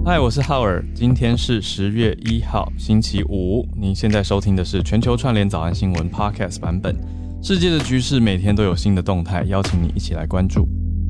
嗨，我是浩尔，今天是10月1号，星期五。您现在收听的是全球串联早安新闻 Podcast 版本。世界的局势每天都有新的动态，邀请你一起来关注。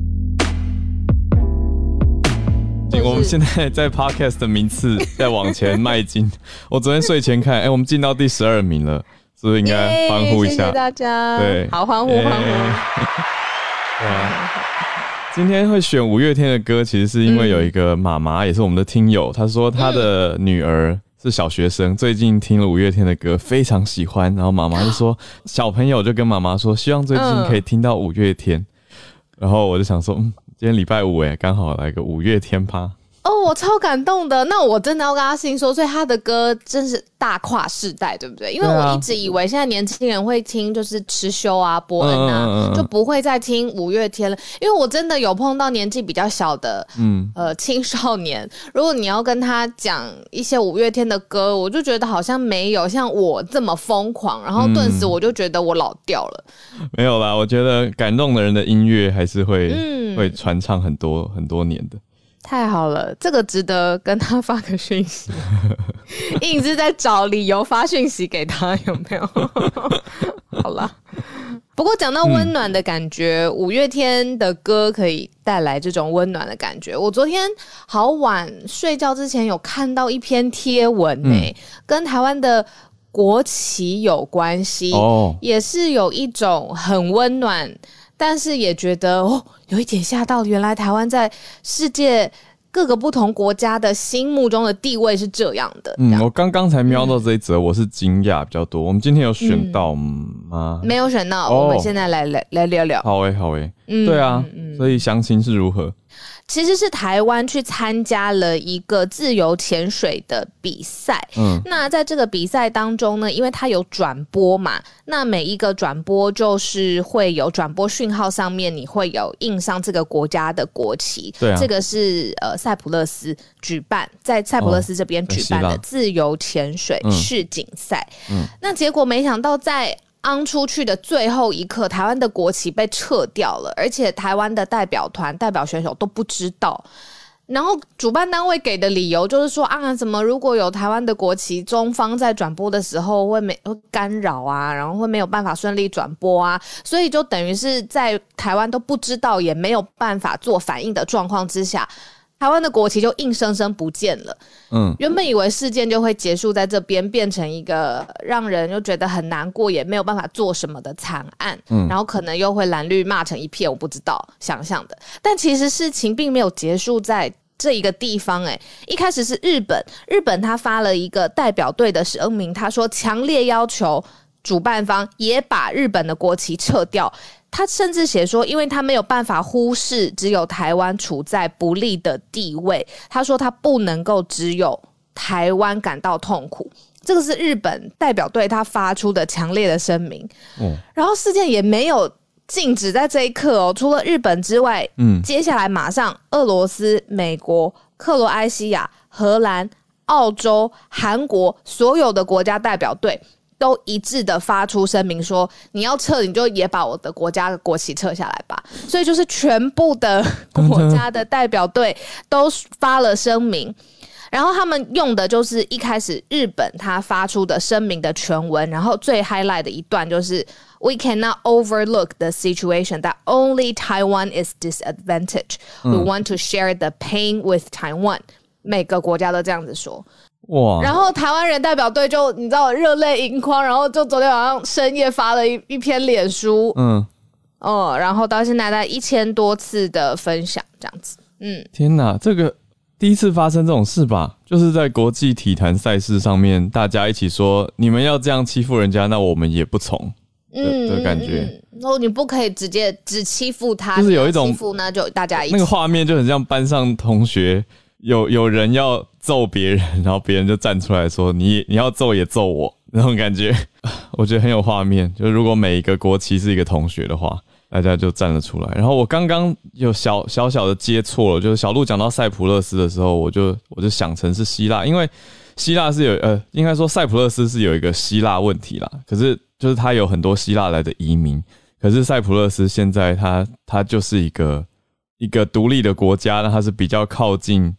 我们现在在 Podcast 的名次在往前迈进。我昨天睡前看，我们进到第12名了，是不是应该欢呼一下？ 谢谢大家， 对， 好欢呼欢呼。 对啊。今天会选五月天的歌，其实是因为有一个妈妈，也是我们的听友，她说她的女儿是小学生，最近听了五月天的歌，非常喜欢。然后妈妈就说，小朋友就跟妈妈说，希望最近可以听到五月天。然后我就想说，今天礼拜五刚好来个五月天趴。 哦，我超感动的。那我真的要跟他信说，所以他的歌真是大跨世代，对不对？因为我一直以为现在年轻人会听就是持修啊、伯恩啊，就不会再听五月天了。因为我真的有碰到年纪比较小的青少年，如果你要跟他讲一些五月天的歌，我就觉得好像没有像我这么疯狂，然后顿时我就觉得我老掉了。 没有啦，我觉得感动的人的音乐还是会传唱很多很多年的。 太好了，这个值得跟他发个讯息。硬是在找理由发讯息给他，有没有？好啦，不过讲到温暖的感觉，五月天的歌可以带来这种温暖的感觉。我昨天好晚睡觉之前有看到一篇贴文跟台湾的国旗有关系，也是有一种很温暖。但是也觉得有一点吓到，原来台湾在世界各个不同国家的心目中的地位是这样的。 我刚刚才瞄到这一则，我是惊讶比较多。我们今天有选到吗？ 没有选到，我们现在来聊聊。 好对啊，所以详情是如何？ 其实是台湾去参加了一个自由潜水的比赛。那在这个比赛当中呢，因为它有转播嘛，那每一个转播就是会有转播讯号上面你会有印上这个国家的国旗。 对啊， 这个是塞浦路斯举办，在塞浦路斯这边举办的自由潜水世锦赛。那结果没想到在出去的最后一刻，台湾的国旗被撤掉了，而且台湾的代表团、代表选手都不知道。然后主办单位给的理由就是说怎么如果有台湾的国旗，中方在转播的时候会干扰啊，然后会没有办法顺利转播啊，所以就等于是在台湾都不知道也没有办法做反应的状况之下，台湾的国旗就硬生生不见了。原本以为事件就会结束在这边，变成一个让人就觉得很难过也没有办法做什么的惨案，然后可能又会蓝绿骂成一片，我不知道想象的。但其实事情并没有结束在这一个地方。一开始是日本他发了一个代表队的声明，他说强烈要求主办方也把日本的国旗撤掉。他甚至写说，因为他没有办法忽视只有台湾处在不利的地位，他说他不能够只有台湾感到痛苦。这个是日本代表队他发出的强烈的声明。然后事件也没有静止在这一刻除了日本之外，接下来马上俄罗斯、美国、克罗埃西亚、荷兰、澳洲、韩国所有的国家代表队都一致的发出声明说，你要撤你就也把我的国家的国旗撤下来吧。所以就是全部的国家的代表队都发了声明，然后他们用的就是一开始日本他发出的声明的全文，然后最 highlight 的一段就是 We cannot overlook the situation that only Taiwan is disadvantaged. We want to share the pain with Taiwan. 每个国家都这样子说。哇！然后台湾人代表队就你知道热泪盈眶，然后就昨天晚上深夜发了一篇脸书，然后到现在大概1000多次的分享这样子。 天哪，这个第一次发生这种事吧？就是在国际体坛赛事上面，大家一起说你们要这样欺负人家，那我们也不从的感觉。 然后你不可以直接只欺负他， 就是有一种欺负那就大家一起。 那个画面就很像班上同学。有人要揍别人，然后别人就站出来说你要揍也揍我，那种感觉我觉得很有画面。就如果每一个国旗是一个同学的话，大家就站了出来。然后我刚刚有小的接错了，就是小鹿讲到塞浦路斯的时候，我就想成是希腊，因为希腊是有应该说塞浦路斯是有一个希腊问题啦，可是就是它有很多希腊来的移民，可是塞浦路斯现在它就是一个独立的国家，那它是比较靠近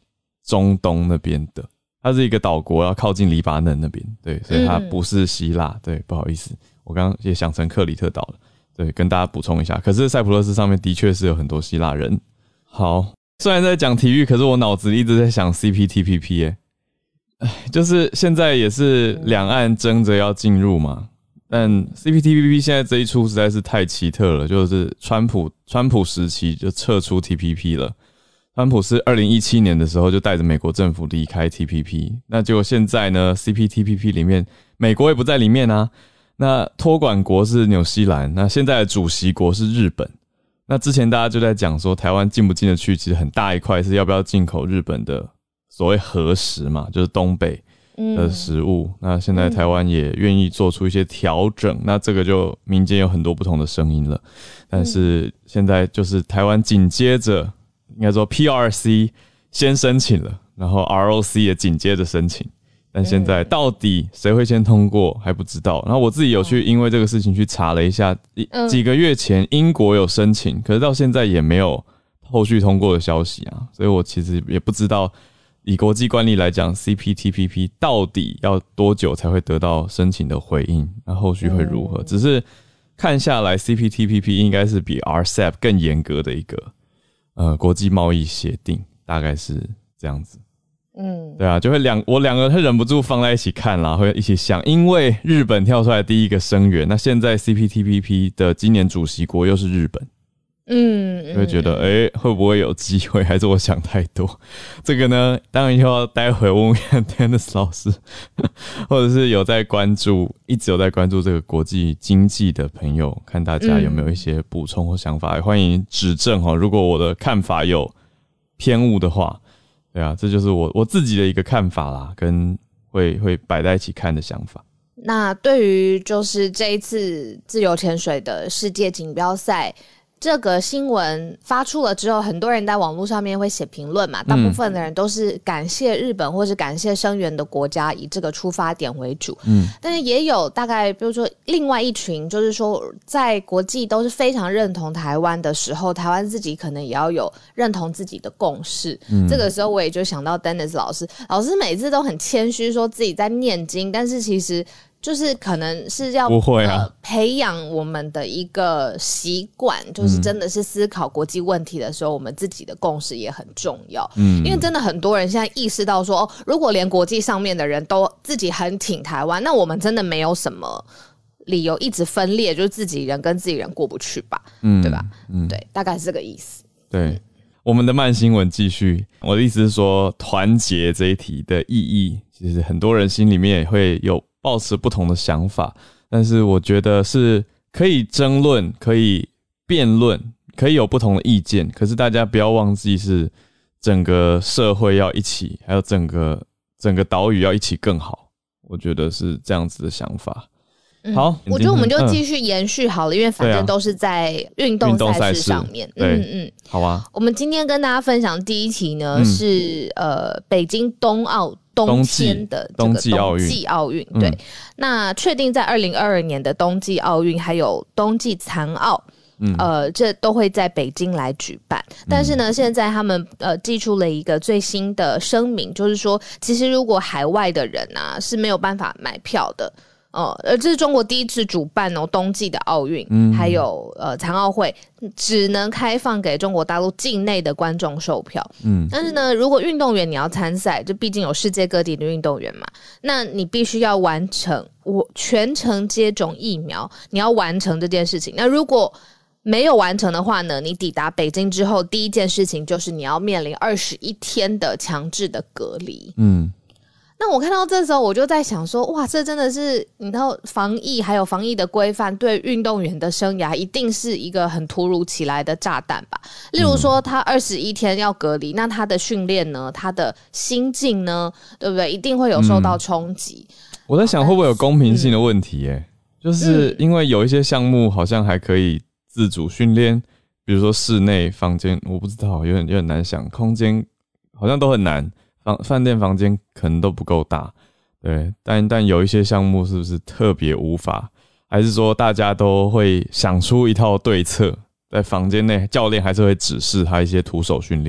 中东那边的，它是一个岛国，要靠近黎巴嫩那边，对，所以它不是希腊，对，不好意思，我刚刚也想成克里特岛了，对，跟大家补充一下。可是塞浦路斯上面的确是有很多希腊人。好，虽然在讲体育，可是我脑子里一直在想 CPTPP 耶，就是现在也是两岸争着要进入嘛，但 CPTPP 现在这一出实在是太奇特了，就是川普时期就撤出 TPP 了。川普是2017年的时候就带着美国政府离开 TPP， 那结果现在呢 CPTPP 里面美国也不在里面啊，那托管国是纽西兰，那现在的主席国是日本。那之前大家就在讲说台湾进不进得去，其实很大一块是要不要进口日本的所谓和食嘛，就是东北的食物，那现在台湾也愿意做出一些调整，那这个就民间有很多不同的声音了，但是现在就是台湾紧接着应该说 PRC 先申请了，然后 ROC 也紧接着申请，但现在到底谁会先通过还不知道。然后我自己有去因为这个事情去查了一下，几个月前英国有申请，可是到现在也没有后续通过的消息啊，所以我其实也不知道以国际惯例来讲 CPTPP 到底要多久才会得到申请的回应，那后续会如何，只是看下来 CPTPP 应该是比 RCEP 更严格的一个国际贸易协定，大概是这样子。对啊，就会我两个会忍不住放在一起看啦，会一起想，因为日本跳出来第一个声援，那现在 CPTPP 的今年主席国又是日本，会觉得会不会有机会，还是我想太多？这个呢，当然又要待会问问看 Dennis 老师，或者是一直有在关注这个国际经济的朋友，看大家有没有一些补充或想法，欢迎指正齁。如果我的看法有偏误的话，对啊，这就是我自己的一个看法啦，跟会摆在一起看的想法。 那对于就是这一次自由潜水的世界锦标赛这个新闻发出了之后，很多人在网络上面会写评论嘛，大部分的人都是感谢日本或是感谢声援的国家以这个出发点为主，但是也有大概比如说另外一群，就是说在国际都是非常认同台湾的时候，台湾自己可能也要有认同自己的共识，这个时候我也就想到 Dennis 老师每次都很谦虚说自己在念经，但是其实就是可能是要培养我们的一个习惯，就是真的是思考国际问题的时候，我们自己的共识也很重要。因为真的很多人现在意识到说，如果连国际上面的人都自己很挺台湾，那我们真的没有什么理由一直分裂，就是自己人跟自己人过不去吧，对吧？对，大概是这个意思。 对，我们的慢新闻继续。我的意思是说，团结这一题的意义，其实很多人心里面也会有抱持不同的想法，但是我觉得是可以争论，可以辩论，可以有不同的意见，可是大家不要忘记是整个社会要一起，还有整个岛屿要一起更好，我觉得是这样子的想法。好， 我觉得我们就继续延续好了，因为反正都是在运动赛事上面。 好啊。我们今天跟大家分享第一题呢，是北京冬迁的这个冬季奥运。对，那确定在2022年的冬季奥运还有冬季残奥。这都会在北京来举办，但是呢，现在他们寄出了一个最新的声明，就是说，其实如果海外的人啊是没有办法买票的。这是中国第一次主办冬季的奥运，还有残奥会，只能开放给中国大陆境内的观众售票。但是呢，如果运动员你要参赛，就毕竟有世界各地的运动员嘛，那你必须要完成全程接种疫苗，你要完成这件事情。那如果没有完成的话呢，你抵达北京之后，第一件事情就是你要面临21天的强制的隔离。那我看到这时候我就在想说，哇，这真的是你知道防疫还有防疫的规范对运动员的生涯一定是一个很突如其来的炸弹吧。例如说他21天要隔离，那他的训练呢，他的心境呢，对不对，一定会有受到冲击。 我在想会不会有公平性的问题耶，就是因为有一些项目好像还可以自主训练，比如说室内房间，我不知道，有点难想，空间好像都很难，饭店房间可能都不够大，对，但有一些项目是不是特别无法，还是说大家都会想出一套对策，在房间内教练还是会指示他一些徒手训练，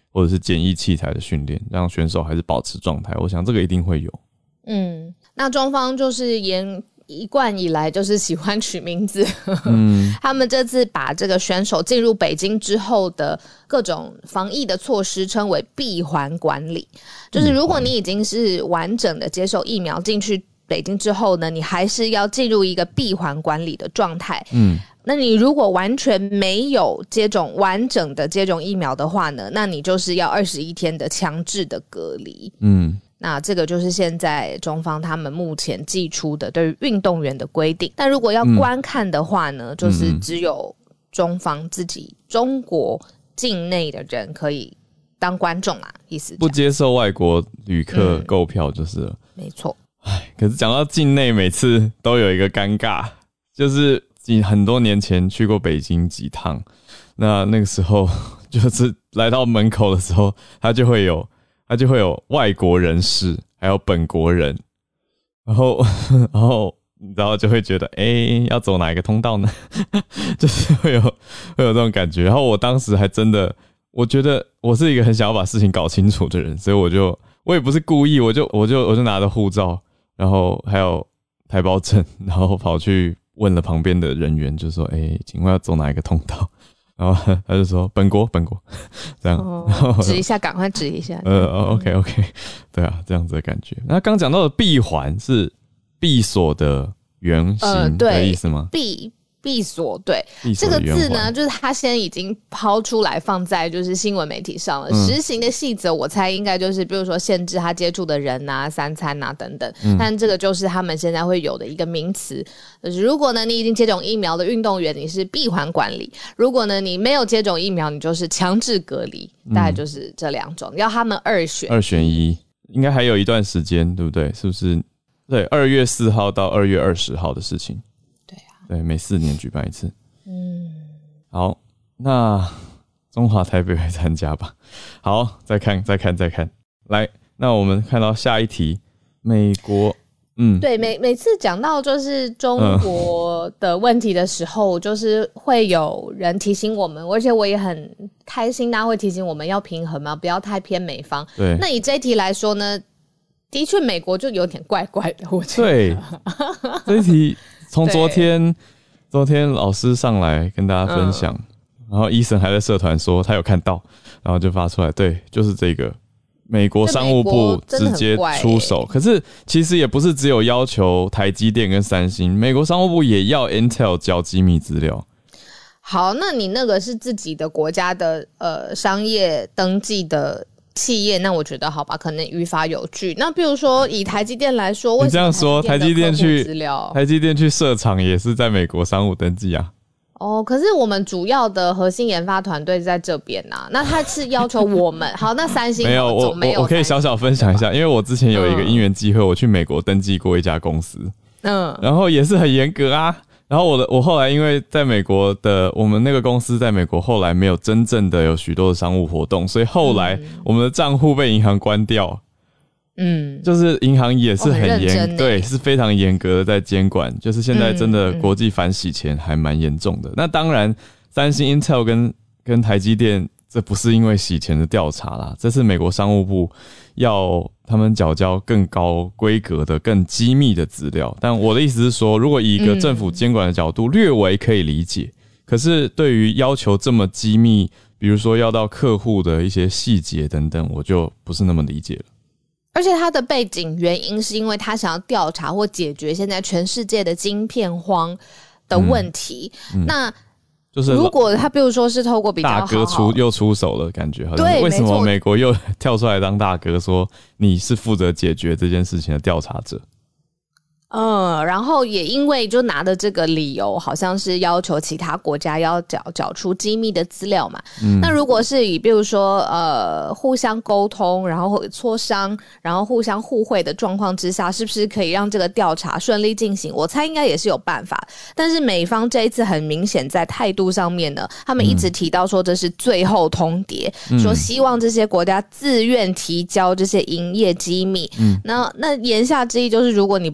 或者是简易器材的训练，让选手还是保持状态。我想这个一定会有。 那中方就是一贯以来就是喜欢取名字，他们这次把这个选手进入北京之后的各种防疫的措施称为闭环管理，就是如果你已经是完整的接受疫苗进去北京之后呢，你还是要进入一个闭环管理的状态。那你如果完全没有完整的接种疫苗的话呢，那你就是要21天的强制的隔离。那这个就是现在中方他们目前寄出的对于运动员的规定。但如果要观看的话呢，就是只有中方自己中国境内的人可以当观众啦，意思不接受外国旅客购票就是了。 没错。 可是讲到境内，每次都有一个尴尬，就是很多年前去过北京几趟，那个时候就是来到门口的时候，他就会有外国人士，还有本国人，然后你知道就会觉得，要走哪一个通道呢？就是会有这种感觉。然后我当时还真的，我觉得我是一个很想要把事情搞清楚的人，所以我也不是故意，我就拿着护照，然后还有台胞证，然后跑去问了旁边的人员，就说，请问要走哪一个通道？然后他就说本国这样， 指一下，赶快指一下。 OK， 对啊，这样子的感觉。那刚讲到的闭环是闭锁的原型的意思吗？闭锁，对，这个字呢，就是他先已经抛出来放在就是新闻媒体上了。实行的细则，我猜应该就是比如说限制他接触的人啊、三餐啊等等。但这个就是他们现在会有的一个名词，就是如果呢你已经接种疫苗的运动员，你是闭环管理；如果呢你没有接种疫苗，你就是强制隔离。大概就是这两种，要他们二选一。 应该还有一段时间，对不对？是不是？对，2月4号到2月20号的事情。对，每4年举办一次。好，那中华台北会参加吧？好，再看。来，那我们看到下一题，美国。 对，每次讲到就是中国的问题的时候，就是会有人提醒我们，而且我也很开心，大家会提醒我们要平衡嘛，不要太偏美方。 对， 那以这一题来说呢，的确美国就有点怪怪的，我觉得。 对，这一题。从昨天老师上来跟大家分享，然后医生还在社团说他有看到，然后就发出来，对，就是这个美国商务部直接出手。可是其实也不是只有要求台积电跟三星，美国商务部也要 Intel 交机密资料。 好，那你那个是自己的国家的商业登记的企业，那我觉得好吧，可能于法有据。那比如说以台积电来说， 你这样说，台积电去设厂也是在美国商务登记啊。 可是我们主要的核心研发团队在这边啊，那他是要求我们好，那三星没有，我可以小小分享一下，因为我之前有一个因缘机会，我去美国登记过一家公司，然后也是很严格啊。然后我后来因为在美国的我们那个公司在美国后来没有真正的有许多的商务活动，所以后来我们的账户被银行关掉。就是银行也是很严，对，是非常严格的在监管，就是现在真的国际反洗钱还蛮严重的。那当然三星 Intel 跟台积电这不是因为洗钱的调查啦，这是美国商务部要他们缴交更高规格的更机密的资料。但我的意思是说，如果以一个政府监管的角度略微可以理解，可是对于要求这么机密，比如说要到客户的一些细节等等，我就不是那么理解了。 而且他的背景原因是因为他想要调查或解决现在全世界的晶片荒的问题。那就是如果他比如说是透过比较好大哥又出手了，感觉好像为什么美国又跳出来当大哥，说你是负责解决这件事情的调查者？ 然后也因为就拿的这个理由，好像是要求其他国家要缴出机密的资料嘛。那如果是以比如说互相沟通，然后磋商，然后互相互惠的状况之下，是不是可以让这个调查顺利进行？我猜应该也是有办法。但是美方这一次很明显在态度上面呢，他们一直提到说这是最后通牒，说希望这些国家自愿提交这些营业机密。那言下之意就是，如果你不自己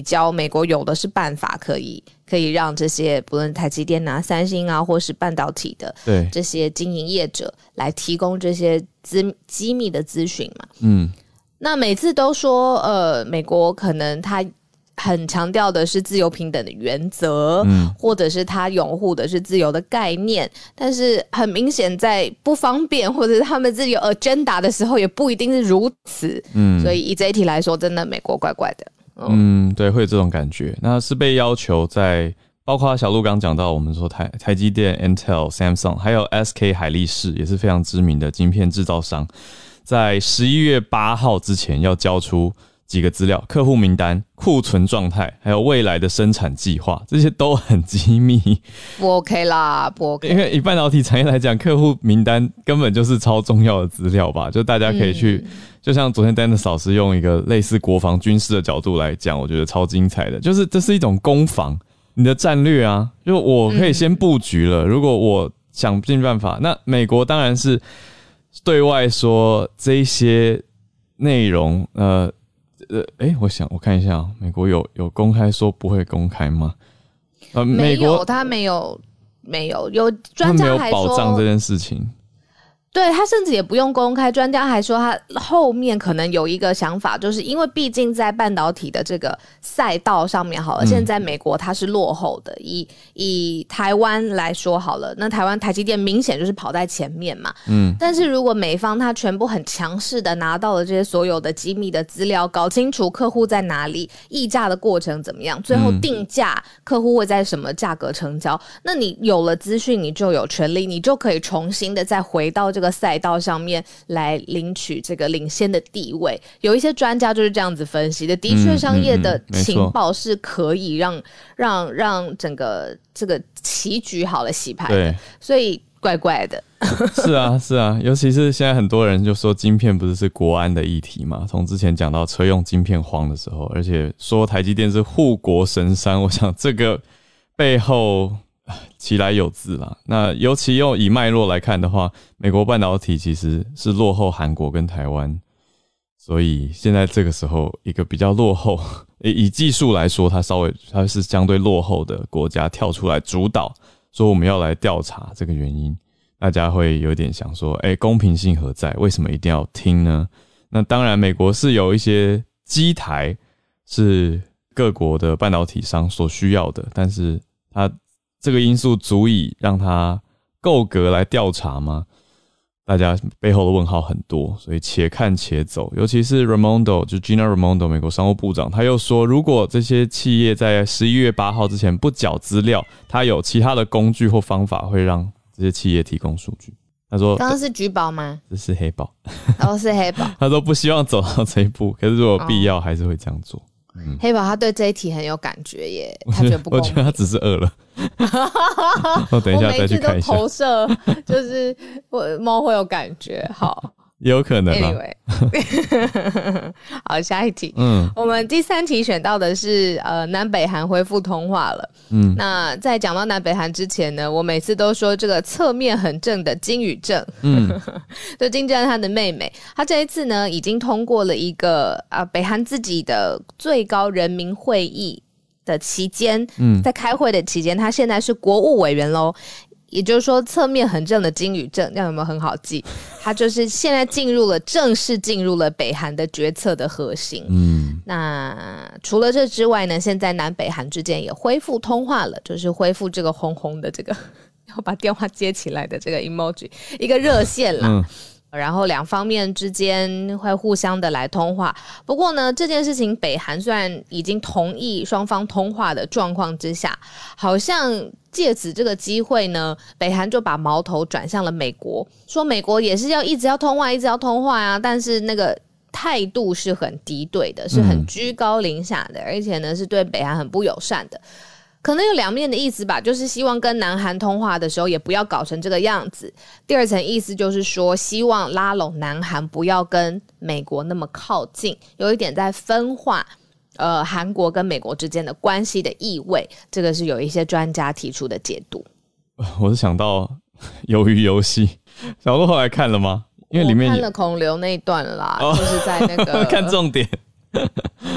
较，美国有的是办法可以让这些不论台积电啊、三星啊，或是半导体的这些经营业者来提供这些机密的资讯嘛。那每次都说美国可能他很强调的是自由平等的原则，或者是他拥护的是自由的概念，但是很明显在不方便或者是他们自己有 agenda 的时候也不一定是如此。所以以这一题来说，真的美国怪怪的。 对，会有这种感觉。那是被要求在包括小鹿刚讲到，我们说台积电、Intel、Samsung 还有 SK 海力士也是非常知名的晶片制造商，在11月8号之前要交出几个资料，客户名单、库存状态，还有未来的生产计划，这些都很机密， 不 OK 啦，不 OK。 因为以半导体产业来讲，客户名单根本就是超重要的资料吧，就大家可以去，就像昨天 Dennis 老师用一个类似国防军事的角度来讲，我觉得超精彩的，就是这是一种攻防，你的战略啊，就我可以先布局了，如果我想尽办法，那美国当然是对外说这一些内容，我看一下，美国有公开说不会公开吗？美国他没有，有专家还说他没有保障这件事情。 对，他甚至也不用公开，专家还说他后面可能有一个想法，就是因为毕竟在半导体的这个赛道上面好了，现在美国它是落后的，以台湾来说好了，那台湾台积电明显就是跑在前面嘛，但是如果美方他全部很强势的拿到了这些所有的机密的资料，搞清楚客户在哪里，议价的过程怎么样，最后定价客户会在什么价格成交，那你有了资讯，你就有权利，你就可以重新的再回到这个赛道上面来领取这个领先的地位。有一些专家就是这样子分析的，的确商业的情报是可以让整个这个棋局好了洗牌的，所以怪怪的。 是啊，尤其是现在很多人就说晶片不是国安的议题嘛，从之前讲到车用晶片荒的时候，而且说台积电是护国神山，我想这个背后其来有自啦。那尤其用以脉络来看的话，美国半导体其实是落后韩国跟台湾，所以现在这个时候一个比较落后，以技术来说它是相对落后的国家跳出来主导，说我们要来调查这个原因，大家会有点想说公平性何在，为什么一定要听呢？那当然美国是有一些机台是各国的半导体商所需要的，但是它这个因素足以让它够格来调查吗？大家背后的问号很多，所以且看且走。尤其是 Raimondo， 就 Gina Raimondo 美国商务部长，他又说，如果这些企业在11月8号之前不缴资料，他有其他的工具或方法会让这些企业提供数据。他说刚刚是橘宝吗？ 这是黑宝。 是黑宝。 他说不希望走到这一步，可是如果必要还是会这样做。 黑宝他对这一题很有感觉耶，他觉得不公平。 我觉得他只是饿了。我等一下再去看一下。 我每次都投射，就是猫会有感觉。好， 也有可能。 Anyway， 好，下一题。我们第3题选到的是南北韩恢复通话了。那在讲到南北韩之前呢，我每次都说这个侧面很正的金宇正，就金正恩他的妹妹，他这一次呢已经通过了一个北韩自己的最高人民会议的期间，在开会的期间，他现在是国务委员咯。也就是说，侧面很正的金宇正，这样有没有很好记？他就是现在正式进入了北韩的决策的核心。那除了这之外呢，现在南北韩之间也恢复通话了，就是恢复这个红红的这个要把电话接起来的这个 emoji， 一个热线啦。然后两方面之间会互相的来通话。不过呢，这件事情北韩虽然已经同意双方通话的状况之下，好像借此这个机会呢，北韩就把矛头转向了美国，说美国也是一直要通话啊，但是那个态度是很敌对的，是很居高临下的，而且呢是对北韩很不友善的。可能有两面的意思吧，就是希望跟南韩通话的时候也不要搞成这个样子。第二层意思就是说，希望拉拢南韩不要跟美国那么靠近，有一点在分化韩国跟美国之间的关系的意味。这个是有一些专家提出的解读。 我是想到鱿鱼游戏，小鹿后来看了吗？因为里面我看了孔刘那一段啦，就是在那个看重点。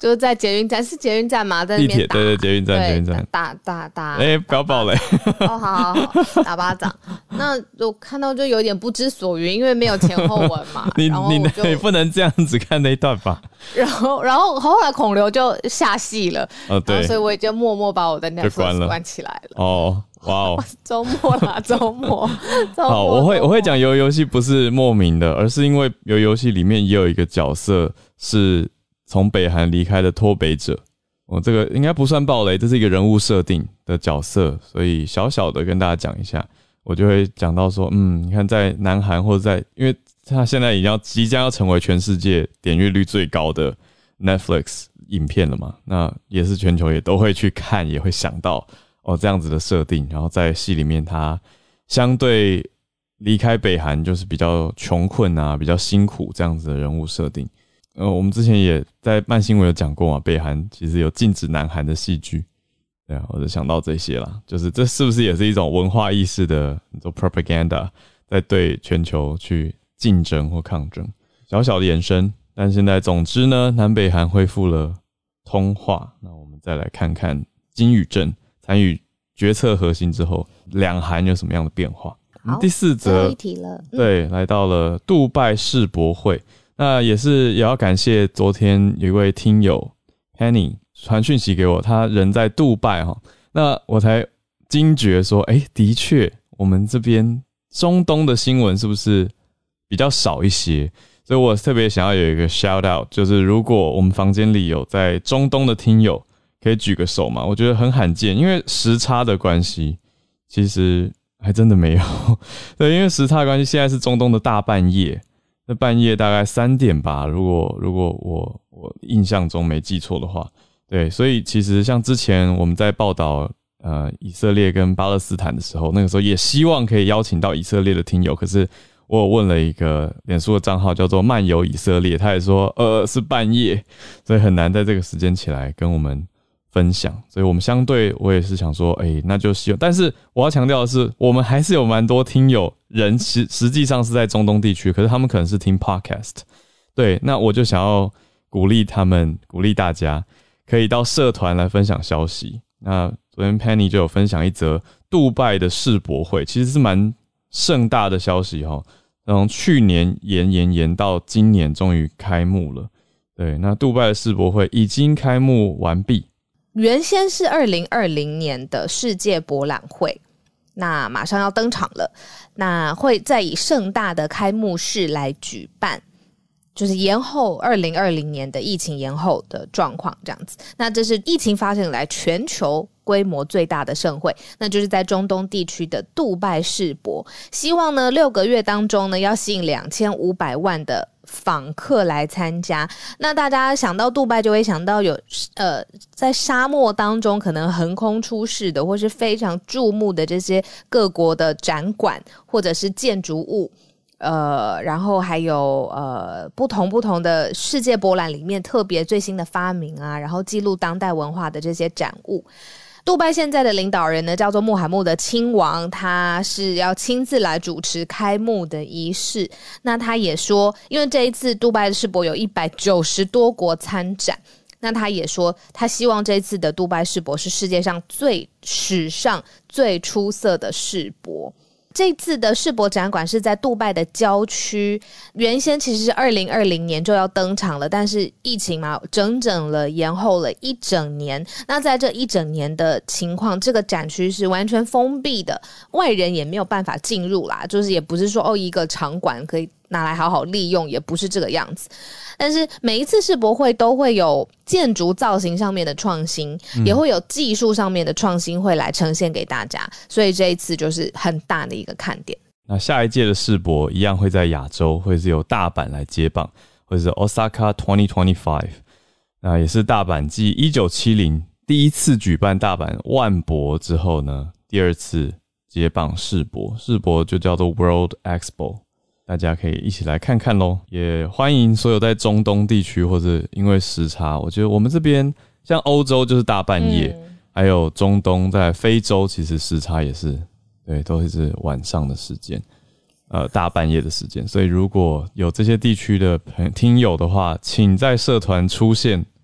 就是在捷运站，是捷运站吗？在那边地铁，对，捷运站，捷运站打， 不要爆雷哦，好，打巴掌。那我看到就有点不知所云，因为没有前后文嘛。 你不能这样子看那一段吧？ 然后后来孔刘就下戏了， 对， 所以我也就默默把我的 Netflix 关起来了。 哦，哇哦， 周末啦，周末。 好，我会讲游戏不是莫名的，而是因为游戏里面也有一个角色是从北韩离开的脱北者。这个应该不算暴雷，这是一个人物设定的角色，所以小小的跟大家讲一下，我就会讲到说，你看在南韩或者因为他现在即将要成为全世界点阅率最高的 Netflix 影片了嘛，那也是全球也都会去看，也会想到这样子的设定，然后在戏里面他相对离开北韩就是比较穷困啊，比较辛苦这样子的人物设定。我们之前也在慢新闻有讲过嘛，北韩其实有禁止南韩的戏剧，对啊，我就想到这些啦，就是这是不是也是一种文化意识的propaganda， 在对全球去竞争或抗争，小小的延伸。但现在总之呢，南北韩恢复了通话，那我们再来看看金宇镇参与决策核心之后，两韩有什么样的变化。第四则一题了， 对，来到了杜拜世博会。那也要感谢昨天有一位听友 Penny 传讯息给我，他人在杜拜那我才惊觉说，的确我们这边中东的新闻是不是比较少一些，所以我特别想要有一个 shout out， 就是如果我们房间里有在中东的听友可以举个手嘛，我觉得很罕见，因为时差的关系其实还真的没有对，因为时差的关系现在是中东的大半夜，那半夜大概3点吧，如果我印象中没记错的话，对，所以其实像之前我们在报道以色列跟巴勒斯坦的时候，那个时候也希望可以邀请到以色列的听友，可是我有问了一个脸书的账号叫做漫游以色列，他也说是半夜，所以很难在这个时间起来跟我们分享，所以我们相对我也是想说那就希望，但是我要强调的是，我们还是有蛮多听友人实际上是在中东地区，可是他们可能是听 podcast， 对，那我就想要鼓励大家可以到社团来分享消息。那昨天 Penny 就有分享一则杜拜的世博会，其实是蛮盛大的消息从去年延到今年终于开幕了。对，那杜拜的世博会已经开幕完毕。 原先是2020年的世界博览会，那马上要登场了，那会再以盛大的开幕式来举办，就是延后2020年的疫情延后的状况这样子。那这是疫情发生以来全球规模最大的盛会，那就是在中东地区的杜拜世博，希望呢6个月当中呢要吸引2500万的访客来参加。那大家想到杜拜就会想到有在沙漠当中可能横空出世的或是非常注目的这些各国的展馆或者是建筑物，然后还有不同的世界博览里面特别最新的发明啊，然后记录当代文化的这些展物。杜拜现在的领导人呢叫做穆罕默德亲王，他是要亲自来主持开幕的仪式。那他也说，因为这一次杜拜的世博有190多国参展，那他也说他希望这一次的杜拜世博是世界上史上最出色的世博。这次的世博展馆是在杜拜的郊区，原先其实是2020年就要登场了，但是疫情嘛，整了延后了1整年。那在这1整年的情况，这个展区是完全封闭的，外人也没有办法进入啦，就是也不是说一个场馆可以拿来好好利用，也不是这个样子。但是每一次世博会都会有建筑造型上面的创新，也会有技术上面的创新会来呈现给大家，所以这一次就是很大的一个看点。 那下一届的世博一样会在亚洲，会是由大阪来接棒，会是 Osaka 2025。那也是大阪继1970第一次举办大阪万博之后呢，第2次接棒世博，世博就叫做 World Expo。大家可以一起来看看咯，也欢迎所有在中东地区或者因为时差，我觉得我们这边像欧洲就是大半夜，还有中东在非洲其实时差也是，对，都是晚上的时间，大半夜的时间，所以如果有这些地区的听友的话，请在社团出现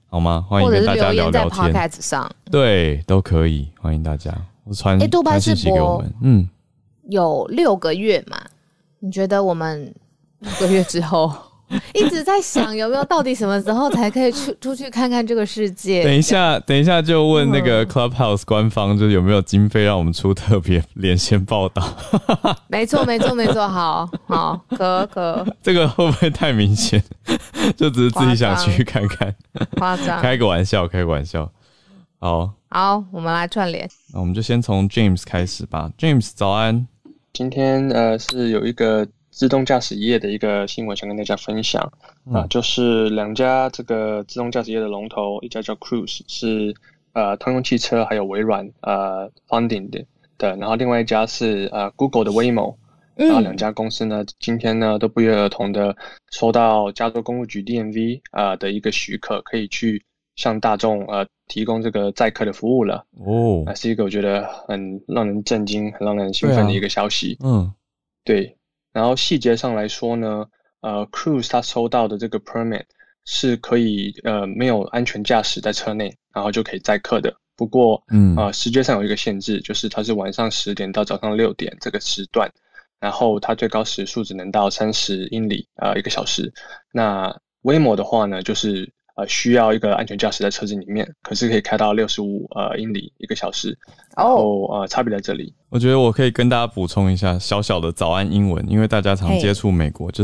好吗？欢迎跟大家聊聊天， 或者是留言在 Podcast 上， 对，都可以，欢迎大家。我传杜拜信息给我们， 有6个月嘛？你觉得我们6个月之后？一直在想有没有到底什么时候才可以出去看看这个世界。 等一下就问那个 Clubhouse 官方，就有没有经费让我们出特别连线报道。 没错，好，可这个会不会太明显？就只是自己想去看看， 夸张， 开个玩笑。好， 我们来串联。 那我们就先从 James 开始吧。James 早安。 今天是有一个自动驾驶业的一个新闻想跟大家分享就是2家这个自动驾驶业的龙头，一家叫 Cruise 是通用汽车还有微软funding 的，然后另外一家是Google 的 Waymo，然后2家公司呢今天呢都不约而同的收到加州公路局 DMV 的一个许可，可以去向大众提供这个载客的服务了。是一个我觉得很让人震惊、很让人兴奋的一个消息。对。然后细节上来说呢Cruise 它收到的这个 permit 是可以没有安全驾驶在车内，然后就可以载客的。不过时间上有一个限制，就是它是晚上10点到早上6点这个时段，然后它最高时速只能到30英里1个小时。那 Waymo 的话呢，就是需要一个安全驾驶在车子里面，可是可以开到65英里1个小时。然后差别在这里。 我觉得我可以跟大家补充一下小小的早安英文，因为大家常接触美国，就是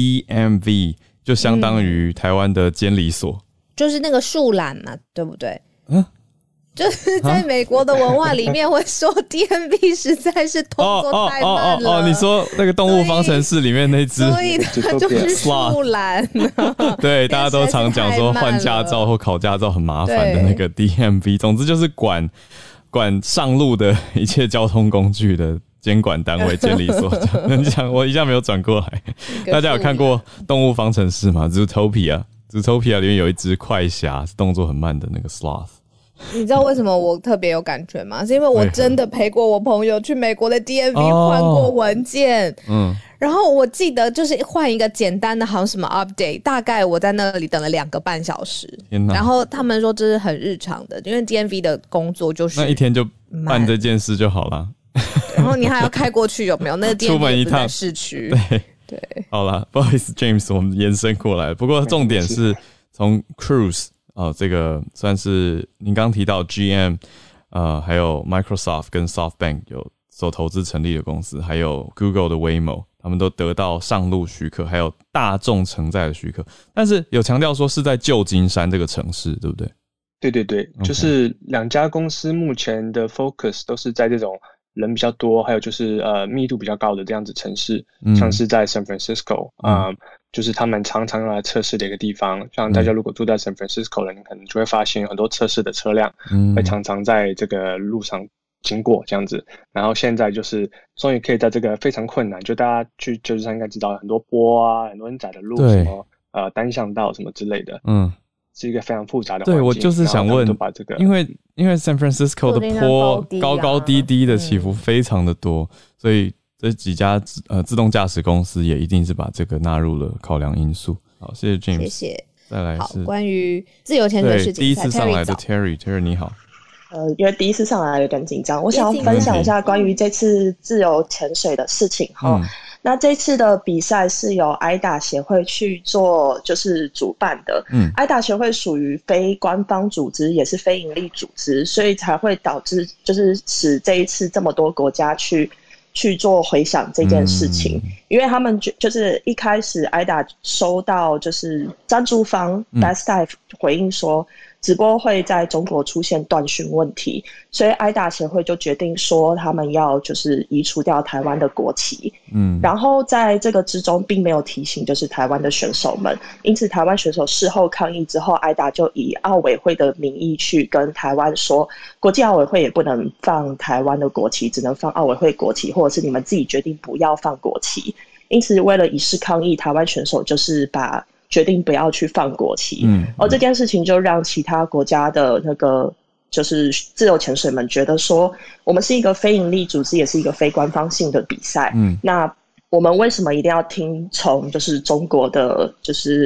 DMV 就相当于台湾的监理所， 就是那个树懒嘛，对不对？就是在美国的文化里面会说 DMV 实在是动作太慢了。 你说那个动物方程式里面那只， 所以它就是树懒。 对，大家都常讲说换驾照或考驾照很麻烦的那个 DMV， 总之就是管上路的一切交通工具的监管单位监理所。你讲我一下没有转过来。大家有看过动物方程式吗？ Zootopia 里面有一只快侠，是动作很慢的那个 sloth。 你知道为什么我特别有感觉吗？是因为我真的陪过我朋友去美国的 DMV 换过文件。然后我记得就是换一个简单的好像什么 update， 大概我在那里等了2个半小时。然后他们说这是很日常的，因为 DMV 的工作就是那一天就办这件事就好了。 然后你还要开过去，有没有？那个 DMV 出门一趟在市区。对， 好啦，不好意思 James， 我们延伸过来。不过重点是从 Cruise这个算是您刚提到 GM 还有 Microsoft 跟 SoftBank 有所投资成立的公司，还有 Google 的 Waymo， 他们都得到上路许可，还有大众承载的许可，但是有强调说是在旧金山这个城市，对不对？ 对，就是2家公司目前的 focus 都是在这种人比较多，还有就是密度比较高的这样子城市，像是在 San Francisco，就是他们常常用来测试的一个地方。像大家如果住在 San Francisco 的，你可能就会发现有很多测试的车辆会常常在这个路上经过这样子。然后现在就是终于可以在这个非常困难，就大家去旧金山应该知道很多坡啊，很多很窄的路，什么单向道什么之类的，是一个非常复杂的环境。 对，我就是想问，因为 San Francisco 的坡高高低低的起伏非常的多，所以这几家自动驾驶公司也一定是把这个纳入了考量因素。好，谢谢 James， 谢谢。 再来是关于自由潜水的事情， 第一次上来的 Terry 你好。 因为第一次上来有点紧张，我想要分享一下关于这次自由潜水的事情那这次的比赛是由 AIDA 协会去做就是主办的AIDA 协会属于非官方组织，也是非营利组织，所以才会导致就是使这一次这么多国家去做回响这件事情。因为他们就是一开始 AIDA 收到就是赞助方 Best Dive 回应说直播会在中国出现断讯问题，所以 AIDA 协会就决定说他们要就是移除掉台湾的国旗。然后在这个之中并没有提醒就是台湾的选手们，因此台湾选手事后抗议之后 AIDA 就以奥委会的名义去跟台湾说，国际奥委会也不能放台湾的国旗，只能放奥委会国旗，或者是你们自己决定不要放国旗。因此为了以示抗议，台湾选手就是决定不要去放国旗。而这件事情就让其他国家的那个就是自由潜水们觉得说，我们是一个非营利组织，也是一个非官方性的比赛。那我们为什么一定要听从就是中国的就是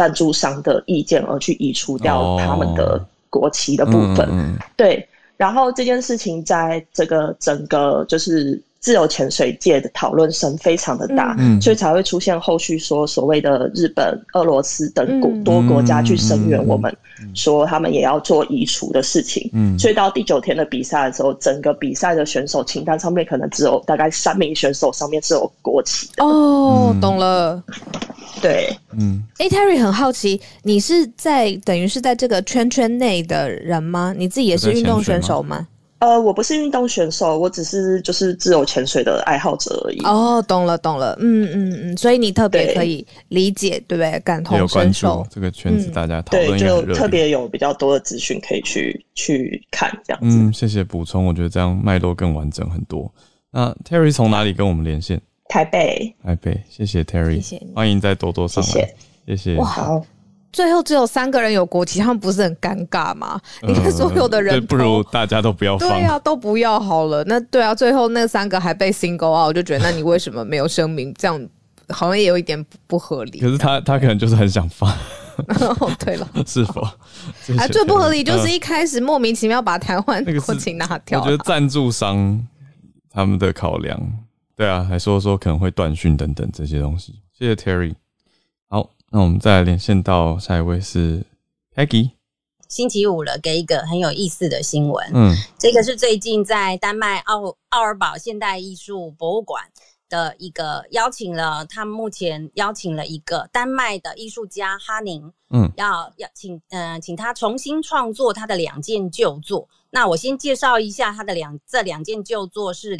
赞助商的意见而去移除掉他们的国旗的部分。对，然后这件事情在这个整个就是自由潜水界的讨论声非常的大，所以才会出现后续说所谓的日本、俄罗斯等多国家去声援我们，说他们也要做移除的事情。所以到第9天的比赛的时候，整个比赛的选手清单上面可能只有大概3名选手上面是有国旗的。 懂了。 对 ，Terry 很好奇，你是等于是在这个圈内的人吗？你自己也是运动选手吗？ 我不是运动选手，我只是就是自由潜水的爱好者而已。 懂了，所以你特别可以理解，对不对？感同身受， 有关注这个圈子，大家讨论也很热烈， 就特别有比较多的资讯可以去看这样子。 谢谢补充，我觉得这样脉络更完整很多。那 Terry 从哪里跟我们连线？ 台北， 谢谢 Terry， 谢谢你， 欢迎再多多上来，谢谢。 哇，好。最后只有3个人有国旗，他们不是很尴尬吗？你看所有的人对，不如大家都不要放。 对啊，都不要好了。那对啊，最后那3个还被 single out， 我就觉得那你为什么没有声明？这样好像也有一点不合理。 可是他可能就是很想放。 对了， 是否？ 最不合理就是一开始莫名其妙把台湾国旗拿掉。 我觉得赞助商他们的考量，对啊，还说可能会断讯等等这些东西。谢谢 Terry。好。那我们再来连线到下一位是 Peggy。 星期五了，给一个很有意思的新闻。这个是最近在丹麦奥尔堡现代艺术博物馆的一个他目前邀请了一个丹麦的艺术家哈宁，要请他重新创作他的2件旧作。那我先介绍一下他的这两件旧作是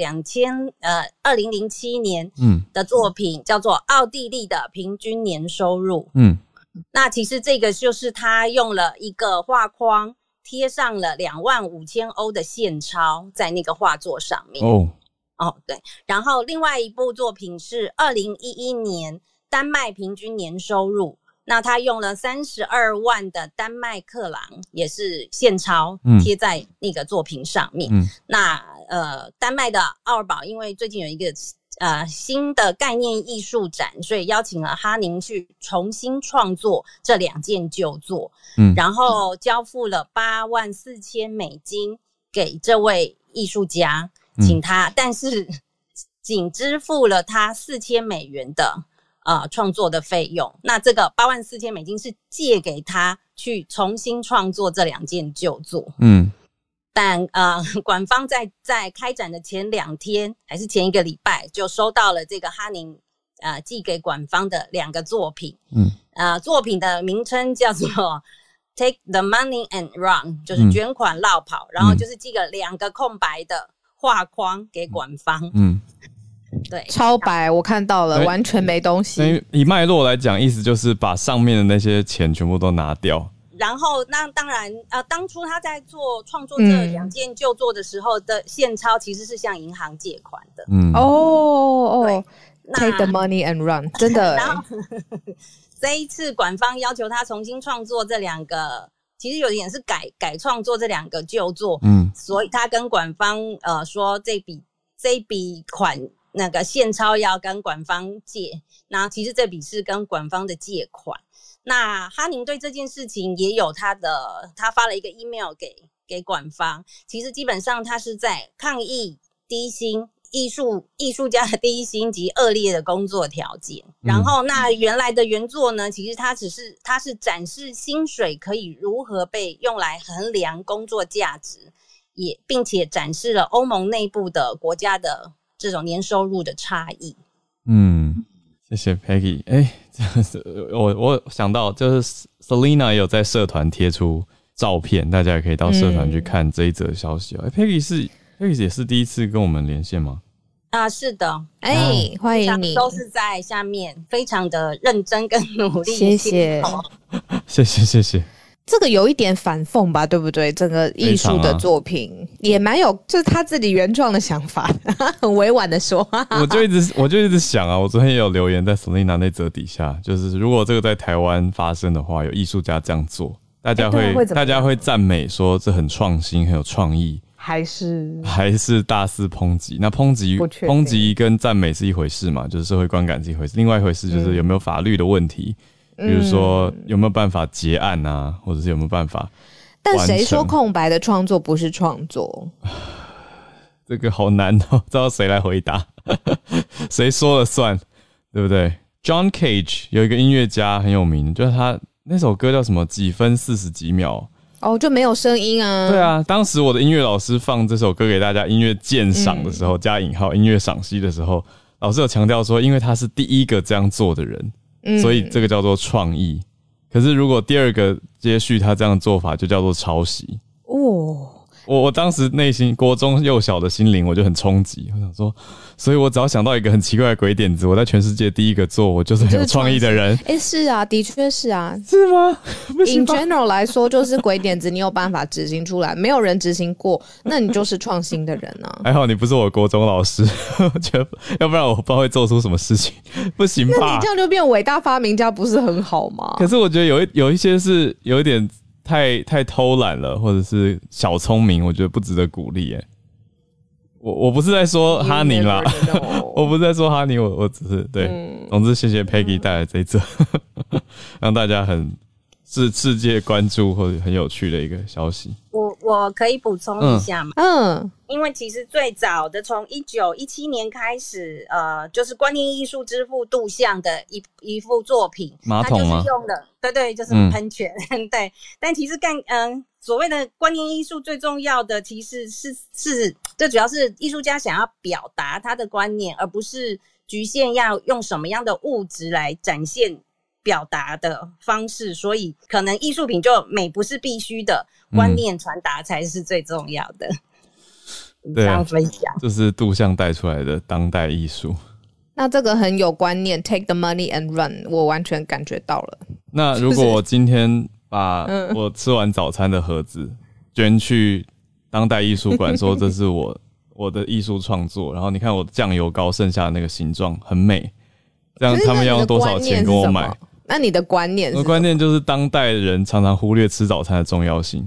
2007年的作品，叫做奥地利的平均年收入。那其实这个就是他用了一个画框贴上了25000欧的现钞在那个画作上面。对。然后另外一部作品是2011年丹麦平均年收入，那他用了32万的丹麦克朗，也是现钞贴在那个作品上面。那丹麦的奥尔堡因为最近有一个新的概念艺术展，所以邀请了哈宁去重新创作这2件旧作，然后交付了$84,000给这位艺术家，请他，但是仅支付了他$4,000的创作的费用。那这个$84,000是借给他去重新创作这2件旧作。但馆方在开展的前2天还是前1个礼拜就收到了这个哈宁寄给馆方的2个作品。作品的名称叫做 Take the money and run， 就是捐款落跑，然后就是寄了2个空白的画框给馆方。对， 超白，我看到了，完全没东西。 以脉络来讲，意思就是把上面的那些钱全部都拿掉。 然后那当然当初他在创作这2件旧作的时候的现钞其实是向银行借款的。 Take the money and run， 真的。 然后这一次馆方要求他重新创作这2个，其实有点是改创作这2个旧作。所以他跟馆方说这笔款那个现钞要跟馆方借，那其实这笔是跟馆方的借款。那哈宁对这件事情也有他发了一个 email 给馆方，其实基本上他是在抗议低薪艺术家的低薪及恶劣的工作条件。然后那原来的原作呢，其实他是展示薪水可以如何被用来衡量工作价值，并且展示了欧盟内部的国家的这种年收入的差异。 谢谢 Peggy。我想到就是 Selina 也有在社团贴出照片，大家也可以到社团去看这一则消息。Peggy 也是第一次跟我们连线吗？ 是的。 欢迎你， 都是在下面非常的认真跟努力。 谢谢。 谢谢。 这个有一点反讽吧，对不对？整个艺术的作品也蛮有，就是他自己原创的想法，很委婉的说。 我就一直想我昨天也有留言在 Selina 那则底下，就是如果这个在台湾发生的话，有艺术家这样做，大家会赞美说这很创新，很有创意，还是大肆抨击？那抨击跟赞美是一回事嘛，就是社会观感是一回事，另外一回事就是有没有法律的问题。 比如说有没有办法结案啊，或者是有没有办法完成。 但谁说空白的创作不是创作？ 这个好难哦，不知道谁来回答，谁说了算，对不对 ？John Cage 有一个音乐家很有名，就是他那首歌叫什么？几分40几秒。 哦，就没有声音啊。 对啊，当时我的音乐老师放这首歌给大家音乐鉴赏的时候，加引号音乐赏析的时候，老师有强调说，因为他是第一个这样做的人，所以这个叫做创意。可是如果第二个接续他这样的做法，就叫做抄袭。哦。我当时内心国中幼小的心灵我就很冲击，我想说，所以我只要想到一个很奇怪的鬼点子，我在全世界第一个做，我就是很有创意的人。 是啊，的确是啊。 是吗 ？In general 来说，就是鬼点子你有办法执行出来，没有人执行过，那你就是创新的人啊。 还好你不是我国中老师，我觉得要不然我不知道会做出什么事情，不行吧？ 那你这样就变伟大发明家，不是很好吗？ 可是我觉得有一些是有一点太偷懒了，或者是小聪明，我觉得不值得鼓励耶。我不是在说哈尼啦，我不是在说哈尼，我只是对。总之，谢谢 Peggy 带来这一则，让大家是世界关注或者很有趣的一个消息。 我可以补充一下吗？因为其实最早的从1917年开始，就是观念艺术之父杜象的一幅作品， 马桶吗？ 他就是用的，对，就是喷泉，对。但其实所谓的观念艺术最重要的，其实是最主要是艺术家想要表达他的观念，而不是局限要用什么样的物质来展现表达的方式，所以可能艺术品就美不是必须的，观念传达才是最重要的。 对啊，这是杜象带出来的当代艺术。 那这个很有观念 ，take the money and run， 我完全感觉到了。 那如果我今天把我吃完早餐的盒子捐去当代艺术馆，说这是我的艺术创作，然后你看我酱油膏剩下的那个形状很美，这样他们要用多少钱跟我买？ 那你的观念是什么？ 我的观念就是当代人常常忽略吃早餐的重要性。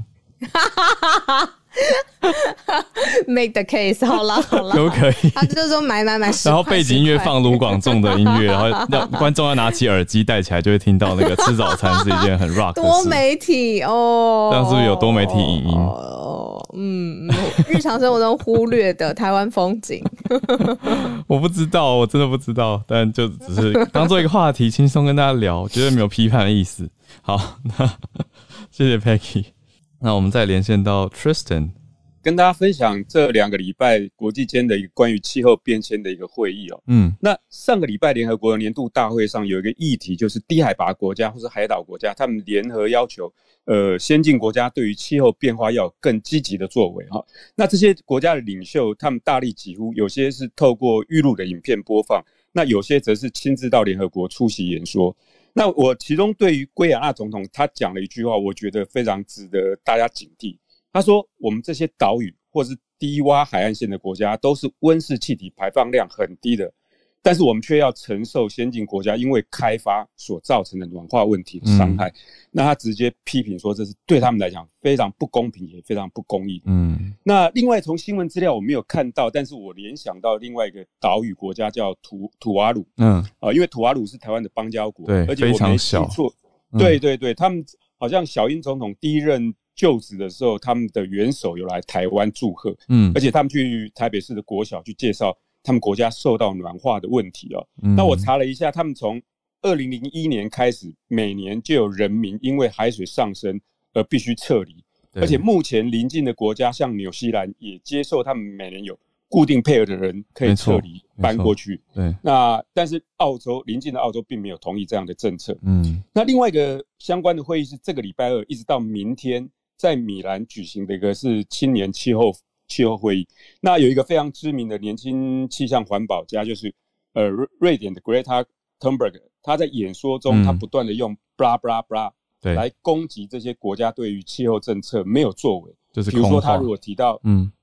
Make the case， 好了，可不可以？ 他就说买，然后背景音乐放卢广仲的音乐，然后观众要拿起耳机戴起来，就会听到那个吃早餐是一件很 rock 的事。 多媒体哦， 这样是不是有多媒体影音？日常生活中忽略的台湾风景。 我不知道，我真的不知道，但就只是当做一个话题，轻松跟大家聊，绝对没有批判的意思。好，那谢谢 Peggy。那我们再连线到 Tristan， 跟大家分享这2个礼拜国际间的一个关于气候变迁的一个会议哦。那上个礼拜联合国的年度大会上有一个议题，就是低海拔国家或是海岛国家，他们联合要求先进国家对于气候变化要有更积极的作为哈。那这些国家的领袖，他们大力疾呼，有些是透过预录的影片播放，那有些则是亲自到联合国出席演说。那我其中对于圭亚那总统他讲了一句话，我觉得非常值得大家警惕。他说我们这些岛屿或是低洼海岸线的国家都是温室气体排放量很低的，但是我们却要承受先进国家因为开发所造成的暖化问题的伤害。那他直接批评说这是对他们来讲非常不公平也非常不公义的。那另外从新闻资料我没有看到，但是我联想到另外一个岛屿国家叫土瓦鲁。因为土瓦鲁是台湾的邦交国， 对， 而且我没记错，对，他们好像小英总统第一任就职的时候，他们的元首有来台湾祝贺，而且他们去台北市的国小去介绍他们国家受到暖化的问题哦。那我查了一下，他们从2001年开始，每年就有人民因为海水上升而必须撤离，而且目前邻近的国家像纽西兰也接受他们每年有固定配额的人可以撤离搬过去。 对， 那但是邻近的澳洲并没有同意这样的政策。那另外一个相关的会议是这个礼拜2一直到明天在米兰举行的一个是青年气候会议。那有一个非常知名的年轻气象环保家，就是瑞典的 Greta Thunberg， 他在演说中他不断的用 blah blah blah 来攻击这些国家对于气候政策没有作为。 就是比如说他如果提到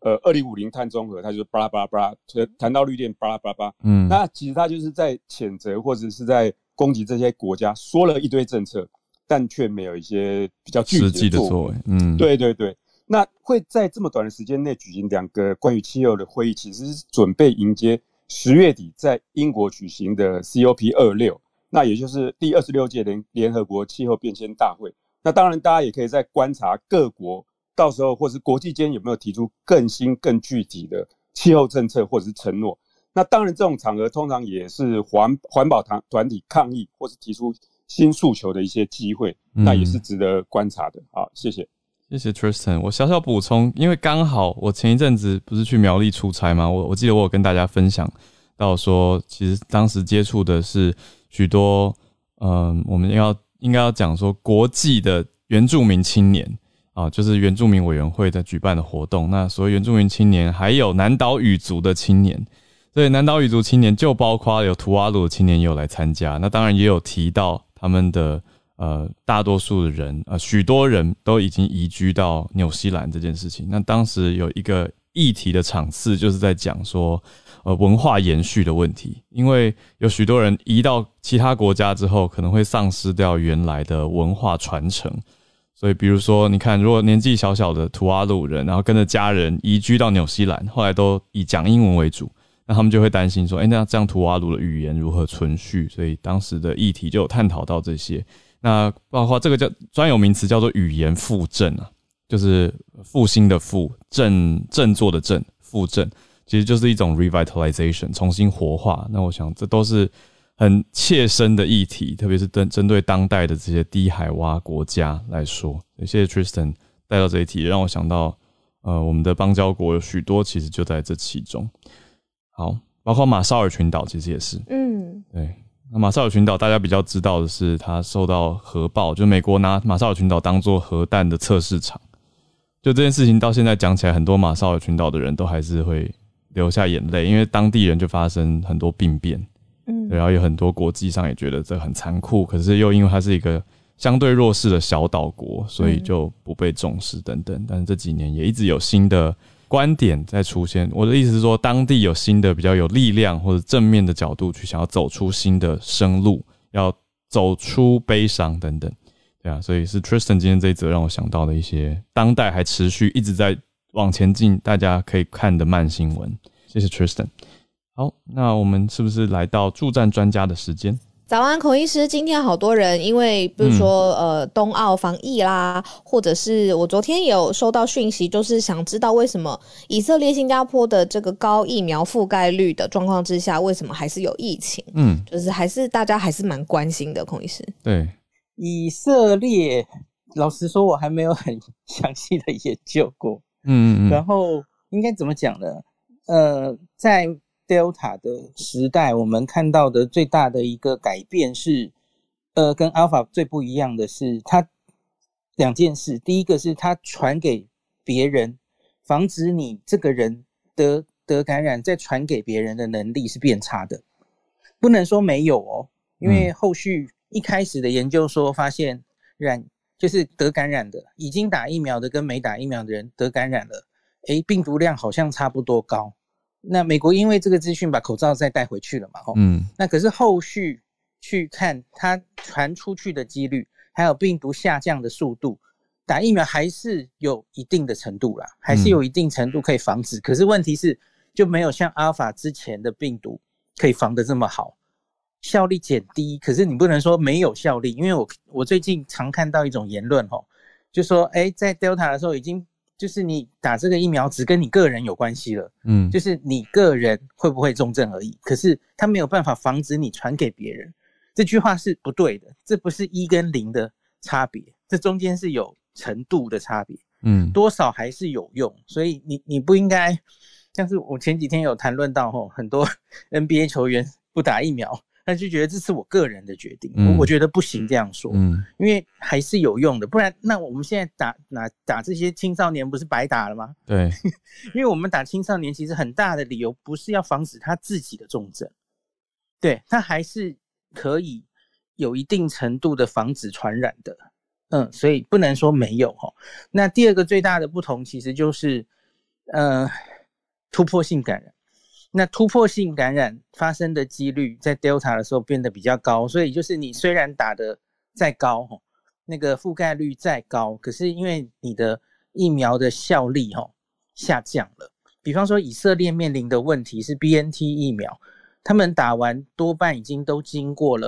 2050碳中和，他就 blah blah blah， 谈到绿电 blah blah blah， 那其实他就是在谴责或者是在攻击这些国家，说了一堆政策，但却没有一些比较具体的作为。对，那会在这么短的时间内举行2个关于气候的会议，其实是准备迎接10月底在英国举行的 COP26， 那也就是第26届联合国气候变迁大会。那当然大家也可以再观察各国到时候或是国际间有没有提出更新更具体的气候政策或者是承诺。那当然这种场合通常也是环保团体抗议或是提出新诉求的一些机会，那也是值得观察的。好，谢谢 Tristan。 我小小补充，因为刚好我前一阵子不是去苗栗出差吗？我记得我有跟大家分享到说，其实当时接触的是许多我们应该要讲说国际的原住民青年啊，就是原住民委员会在举办的活动。那所谓原住民青年还有南岛语族的青年，所以南岛语族青年就包括有图瓦鲁的青年也有来参加。那当然也有提到他们的大多数的人许多人都已经移居到纽西兰这件事情。那当时有一个议题的场次就是在讲说文化延续的问题，因为有许多人移到其他国家之后可能会丧失掉原来的文化传承。所以比如说你看，如果年纪小小的图瓦鲁人然后跟着家人移居到纽西兰，后来都以讲英文为主，那他们就会担心说那这样图瓦鲁的语言如何存续。所以当时的议题就有探讨到这些。那包括这个叫专有名词叫做语言复振啊，就是复兴的复，振作的振，复振其实就是一种 revitalization， 重新活化。那我想这都是很切身的议题，特别是针对当代的这些低海洼国家来说。谢谢 Tristan 带到这一题，让我想到我们的邦交国有许多其实就在这其中。好，包括马绍尔群岛其实也是。对。那马绍尔群岛大家比较知道的是它受到核爆，就美国拿马绍尔群岛当作核弹的测试场。就这件事情到现在讲起来，很多马绍尔群岛的人都还是会流下眼泪，因为当地人就发生很多病变。然后有很多国际上也觉得这很残酷，可是又因为它是一个相对弱势的小岛国，所以就不被重视等等。但是这几年也一直有新的观点在出现。我的意思是说，当地有新的比较有力量或者正面的角度去想要走出新的生路，要走出悲伤等等。对啊，所以是 Tristan 今天这一则让我想到的一些当代还持续一直在往前进大家可以看的慢新闻。谢谢 Tristan。 好，那我们是不是来到助战专家的时间？ 早安，孔医师。今天好多人因为比如说冬奥防疫啦，或者是我昨天也有收到讯息，就是想知道为什么以色列、新加坡的这个高疫苗覆盖率的状况之下，为什么还是有疫情？就是大家还是蛮关心的。孔医师， 对以色列，老实说我还没有很详细的研究过。然后应该怎么讲呢？在Delta 的时代，我们看到的最大的一个改变是，跟 Alpha 最不一样的是，它两件事。第一个是它传给别人，防止你这个人得感染再传给别人的能力是变差的。不能说没有哦，因为后续一开始的研究说发现就是得感染的，已经打疫苗的跟没打疫苗的人得感染了，病毒量好像差不多高。那美国因为这个资讯把口罩再带回去了嘛，那可是后续去看它传出去的几率，还有病毒下降的速度，打疫苗还是有一定的程度啦，还是有一定程度可以防止。可是问题是就没有像 Alpha 之前的病毒可以防得这么好，效力减低。可是你不能说没有效力，因为我最近常看到一种言论就说在 Delta 的时候已经就是你打这个疫苗只跟你个人有关系了，就是你个人会不会重症而已，可是它没有办法防止你传给别人。这句话是不对的，这不是1跟0的差别，这中间是有程度的差别，多少还是有用。所以你不应该像是我前几天有谈论到很多 NBA 球员不打疫苗，他就觉得这是我个人的决定，我觉得不行这样说，因为还是有用的，不然那我们现在打这些青少年不是白打了吗？ 对， 因为我们打青少年其实很大的理由不是要防止他自己的重症，对，他还是可以有一定程度的防止传染的，所以不能说没有。那第二个最大的不同其实就是突破性感染。那突破性感染发生的几率在 Delta 的时候变得比较高，所以就是你虽然打得再高，那个覆盖率再高，可是因为你的疫苗的效力下降了。比方说以色列面临的问题是 BNT 疫苗，他们打完多半已经都经过了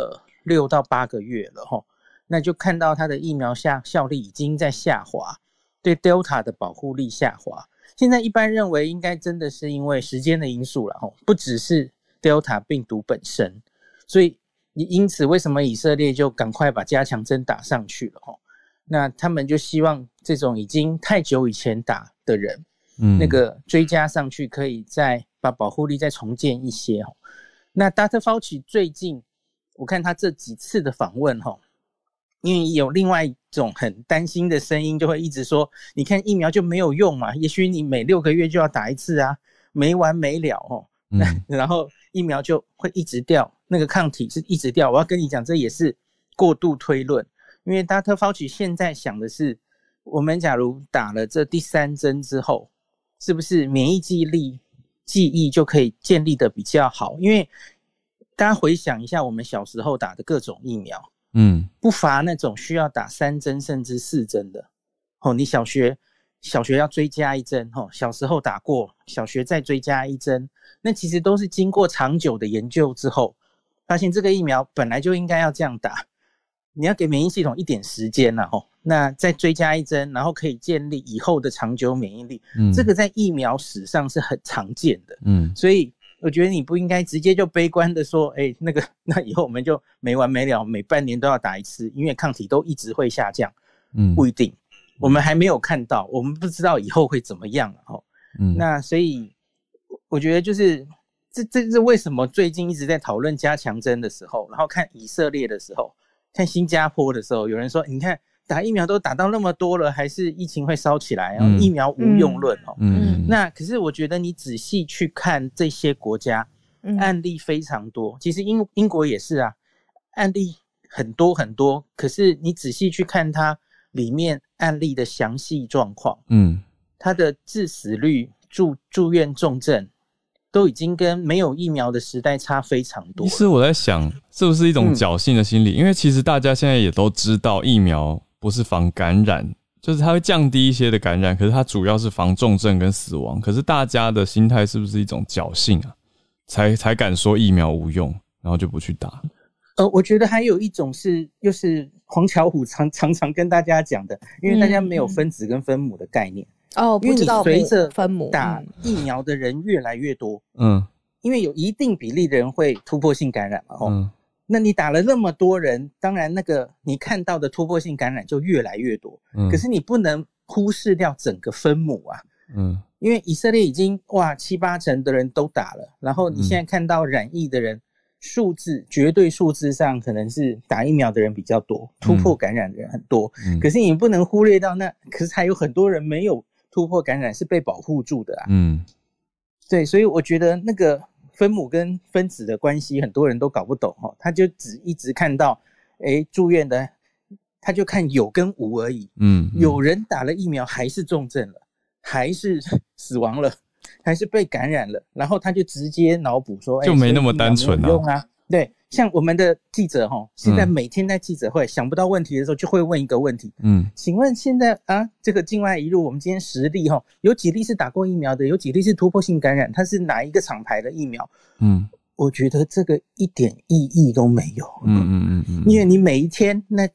6到8个月了齁，那就看到它的疫苗效力已经在下滑，对 Delta 的保护力下滑。现在一般认为应该真的是因为时间的因素啦齁，不只是 Delta 病毒本身，所以因此为什么以色列就赶快把加强针打上去了齁？那他们就希望这种已经太久以前打的人，那个追加上去，可以再把保护力再重建一些齁。那 Dr. Fauci 最近我看他这几次的访问齁，因为有另外一种很担心的声音，就会一直说，你看疫苗就没有用嘛，也许你每6个月就要打一次啊，没完没了齁。然后疫苗就会一直掉，那个抗体是一直掉。我要跟你讲，这也是过度推论。因为 Dr. Fauci 现在想的是，我们假如打了这第3针之后，是不是免疫记忆就可以建立的比较好？因为大家回想一下我们小时候打的各种疫苗，不乏那种需要打3针甚至4针的。你小学要追加1针，小时候打过，小学再追加1针，那其实都是经过长久的研究之后，发现这个疫苗本来就应该要这样打。你要给免疫系统一点时间啦，那再追加1针，然后可以建立以后的长久免疫力，这个在疫苗史上是很常见的，所以我觉得你不应该直接就悲观的说，那以后我们就没完没了，每半年都要打一次，因为抗体都一直会下降，不一定，我们还没有看到，我们不知道以后会怎么样，那所以我觉得就是这是为什么最近一直在讨论加强针的时候，然后看以色列的时候，看新加坡的时候，有人说你看打疫苗都打到那么多了，还是疫情会烧起来，疫苗无用论那可是我觉得你仔细去看这些国家，案例非常多，其实英国也是啊，案例很多很多，可是你仔细去看它里面案例的详细状况，它的致死率、住院重症都已经跟没有疫苗的时代差非常多。 其实我在想，是不是一种侥幸的心理？因为其实大家现在也都知道，疫苗不是防感染，就是它会降低一些的感染，可是它主要是防重症跟死亡。可是大家的心态是不是一种侥幸啊？才敢说疫苗无用，然后就不去打。 我觉得还有一种是，就是黄巧虎常常跟大家讲的，因为大家没有分子跟分母的概念。 不知道因为你随着分母打疫苗的人越来越多，因为有一定比例的人会突破性感染嘛，那你打了那么多人，当然那个你看到的突破性感染就越来越多，可是你不能忽视掉整个分母啊，因为以色列已经7-8成的人都打了，然后你现在看到染疫的人数字，绝对数字上可能是打疫苗的人比较多，突破感染的人很多，可是你不能忽略到可是还有很多人没有突破感染是被保护住的啊。对，所以我觉得那个分母跟分子的关系很多人都搞不懂，他就一直看到住院的，他就看有跟无而已，有人打了疫苗还是重症了，还是死亡了，还是被感染了，然后他就直接脑补说就没那么单纯啊。对，像我们的记者现在每天在记者会想不到问题的时候就会问一个问题，请问现在这个境外移入我们今天10例有几例是打过疫苗的，有几例是突破性感染，它是哪一个厂牌的疫苗？我觉得这个一点意义都没有。因为你每一天那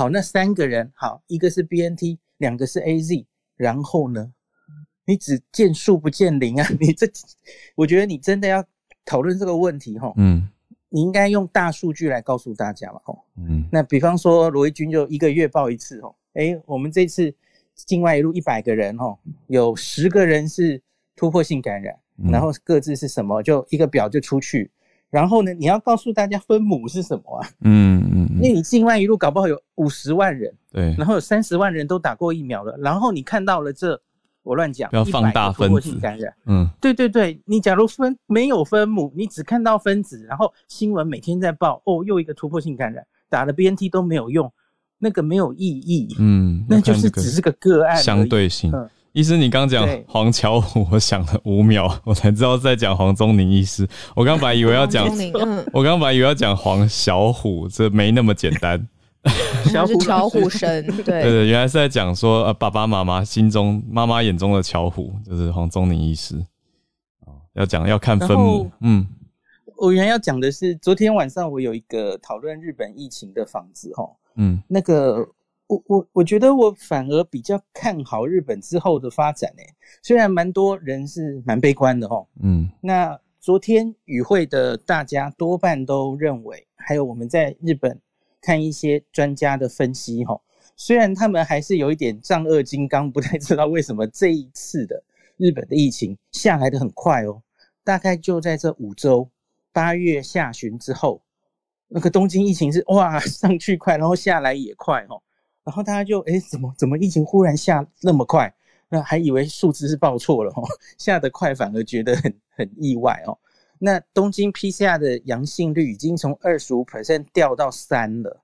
3个人，好，一个是 BNT， 2个是 AZ， 然后呢你只见树不见林啊，我觉得你真的要讨论这个问题你应该用大数据来告诉大家嘛，那比方说罗一军就1个月报一次我们这次境外一路100个人有10个人是突破性感染，然后各自是什么，就一个表就出去，然后呢你要告诉大家分母是什么啊，因为你境外一路搞不好有50万人， 对， 然后有30万人都打过疫苗了，然后你看到了我乱讲， 不要放大分子感染，对对对，你假如没有分母，你只看到分子，然后新闻每天在报又一个突破性感染，打了 BNT 都没有用，那个没有意义，那就是只是个个案而已， 相对性。医师，你刚讲黄巧虎，我想了5秒，我才知道在讲黄宗宁医师。我刚本来以为要讲，黄小虎，这没那么简单。 是巧虎神，对对，原来是在讲说爸爸妈妈心中、妈妈眼中的巧虎，就是黄宗宁医师。要看分母， 我原来要讲的是，昨天晚上我有一个讨论日本疫情的访子那个我觉得我反而比较看好日本之后的发展虽然蛮多人是蛮悲观的那昨天与会的大家多半都认为，还有我们在日本看一些专家的分析虽然他们还是有一点丈二金刚，不太知道为什么这一次的日本的疫情下来的很快大概就在这5周8月下旬之后，那个东京疫情是哇上去快，然后下来也快然后大家就怎么疫情忽然下那么快，那还以为数字是报错了下得快反而觉得很意外那东京 PCR 的阳性率已经从 25% 掉到3了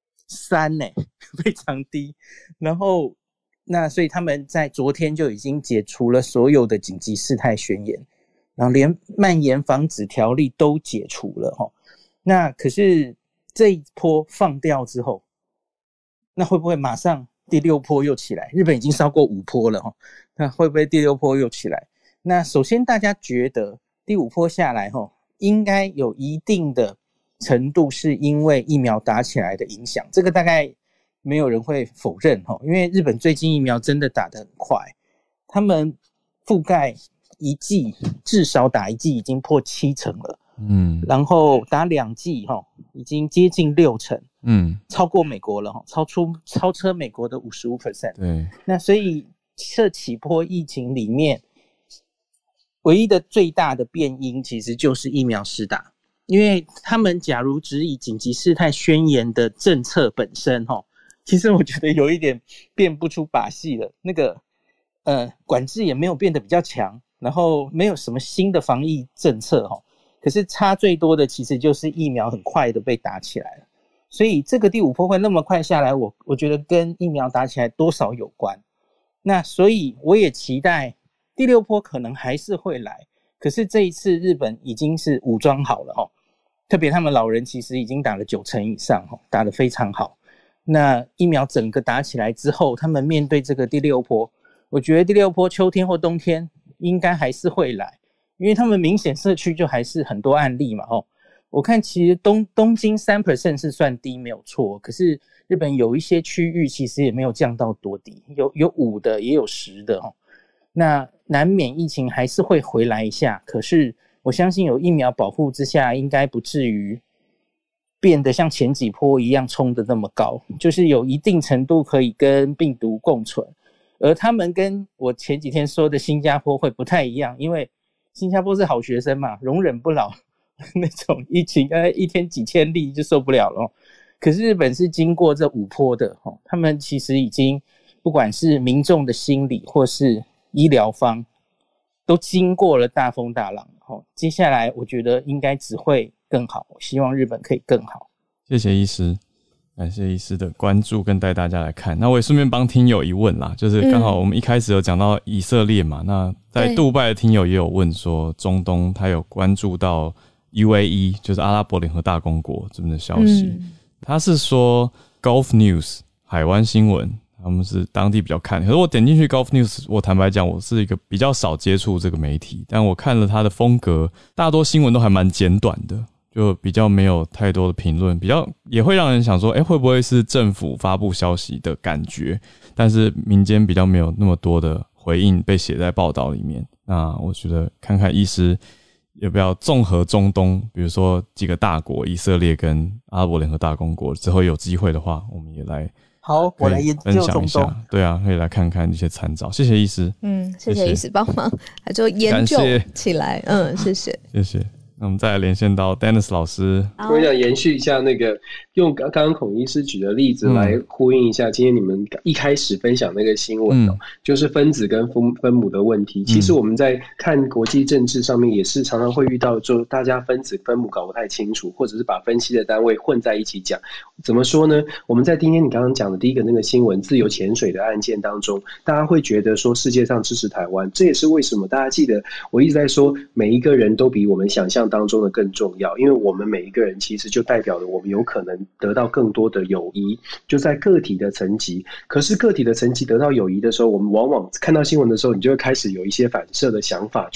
，3非常低。然后那所以他们在昨天就已经解除了所有的紧急事态宣言，然后连蔓延防止条例都解除了那可是这一波放掉之后，那会不会马上第6波又起来？日本已经烧过5波了那会不会第6波又起来？那首先大家觉得第5波下来应该有一定的程度是因为疫苗打起来的影响，这个大概没有人会否认因为日本最近疫苗真的打得很快，他们覆盖1剂至少打1剂已经破70%了然后打2剂已经接近60%超过美国了超车美国的 55%。 对， 那所以这起波疫情里面唯一的最大的变因其实就是疫苗施打，因为他们假如只以紧急事态宣言的政策本身其实我觉得有一点变不出把戏了，那个管制也没有变得比较强，然后没有什么新的防疫政策可是差最多的其实就是疫苗很快的被打起来了，所以这个第5波会那么快下来，我觉得跟疫苗打起来多少有关。那所以我也期待第6波可能还是会来，可是这一次日本已经是武装好了特别他们老人其实已经打了90%以上打得非常好。那疫苗整个打起来之后，他们面对这个第6波，我觉得第6波秋天或冬天应该还是会来，因为他们明显社区就还是很多案例嘛我看其实东京 3% 是算低没有错，可是日本有一些区域其实也没有降到多低，有5的也有10的那难免疫情还是会回来一下，可是我相信有疫苗保护之下应该不至于变得像前几波一样冲得那么高，就是有一定程度可以跟病毒共存。而他们跟我前几天说的新加坡会不太一样，因为新加坡是好学生嘛，容忍不了那种疫情一天几千例就受不了了可是日本是经过这5波的他们其实已经不管是民众的心理或是医疗方都经过了大风大浪接下来我觉得应该只会更好，我希望日本可以更好。 谢谢医师，感谢医师的关注跟带大家来看。那我也顺便帮听友一问啦，就是刚好我们一开始有讲到以色列嘛，那在杜拜的听友也有问说中东他有关注到 UAE 就是阿拉伯联合大公国这边的消息他是说 Gulf News 海湾新闻他们是当地比较看，可是我点进去 Gulf News， 我坦白讲我是一个比较少接触这个媒体，但我看了他的风格，大多新闻都还蛮简短的，就比较没有太多的评论，比较也会让人想说会不会是政府发布消息的感觉，但是民间比较没有那么多的回应被写在报道里面。那我觉得看看医师要不要综合中东，比如说几个大国以色列跟阿拉伯联合大公国，之后有机会的话我们也来好，我来研究中东。 对啊，可以来看看一些参照。谢谢医师。 谢谢医师帮忙，他就研究起来。谢谢， 谢谢。那我们再来连线到 Dennis 老师。 我想延续一下那个，用刚刚孔医师举的例子来呼应一下今天你们一开始分享那个新闻就是分子跟分母的问题。其实我们在看国际政治上面也是常常会遇到，就大家分子分母搞不太清楚，或者是把分析的单位混在一起讲。怎么说呢？我们在今天你刚刚讲的第一个那个新闻自由潜水的案件当中，大家会觉得说世界上支持台湾，这也是为什么大家记得我一直在说每一个人都比我们想象当中的更重要，因为我们每一个人其实就代表了我们有可能得到更多的友谊，就在个体的层级。可是个体的层级得到友谊的时候，我们往往看到新闻的时候，你就会开始有一些反射的想法，就是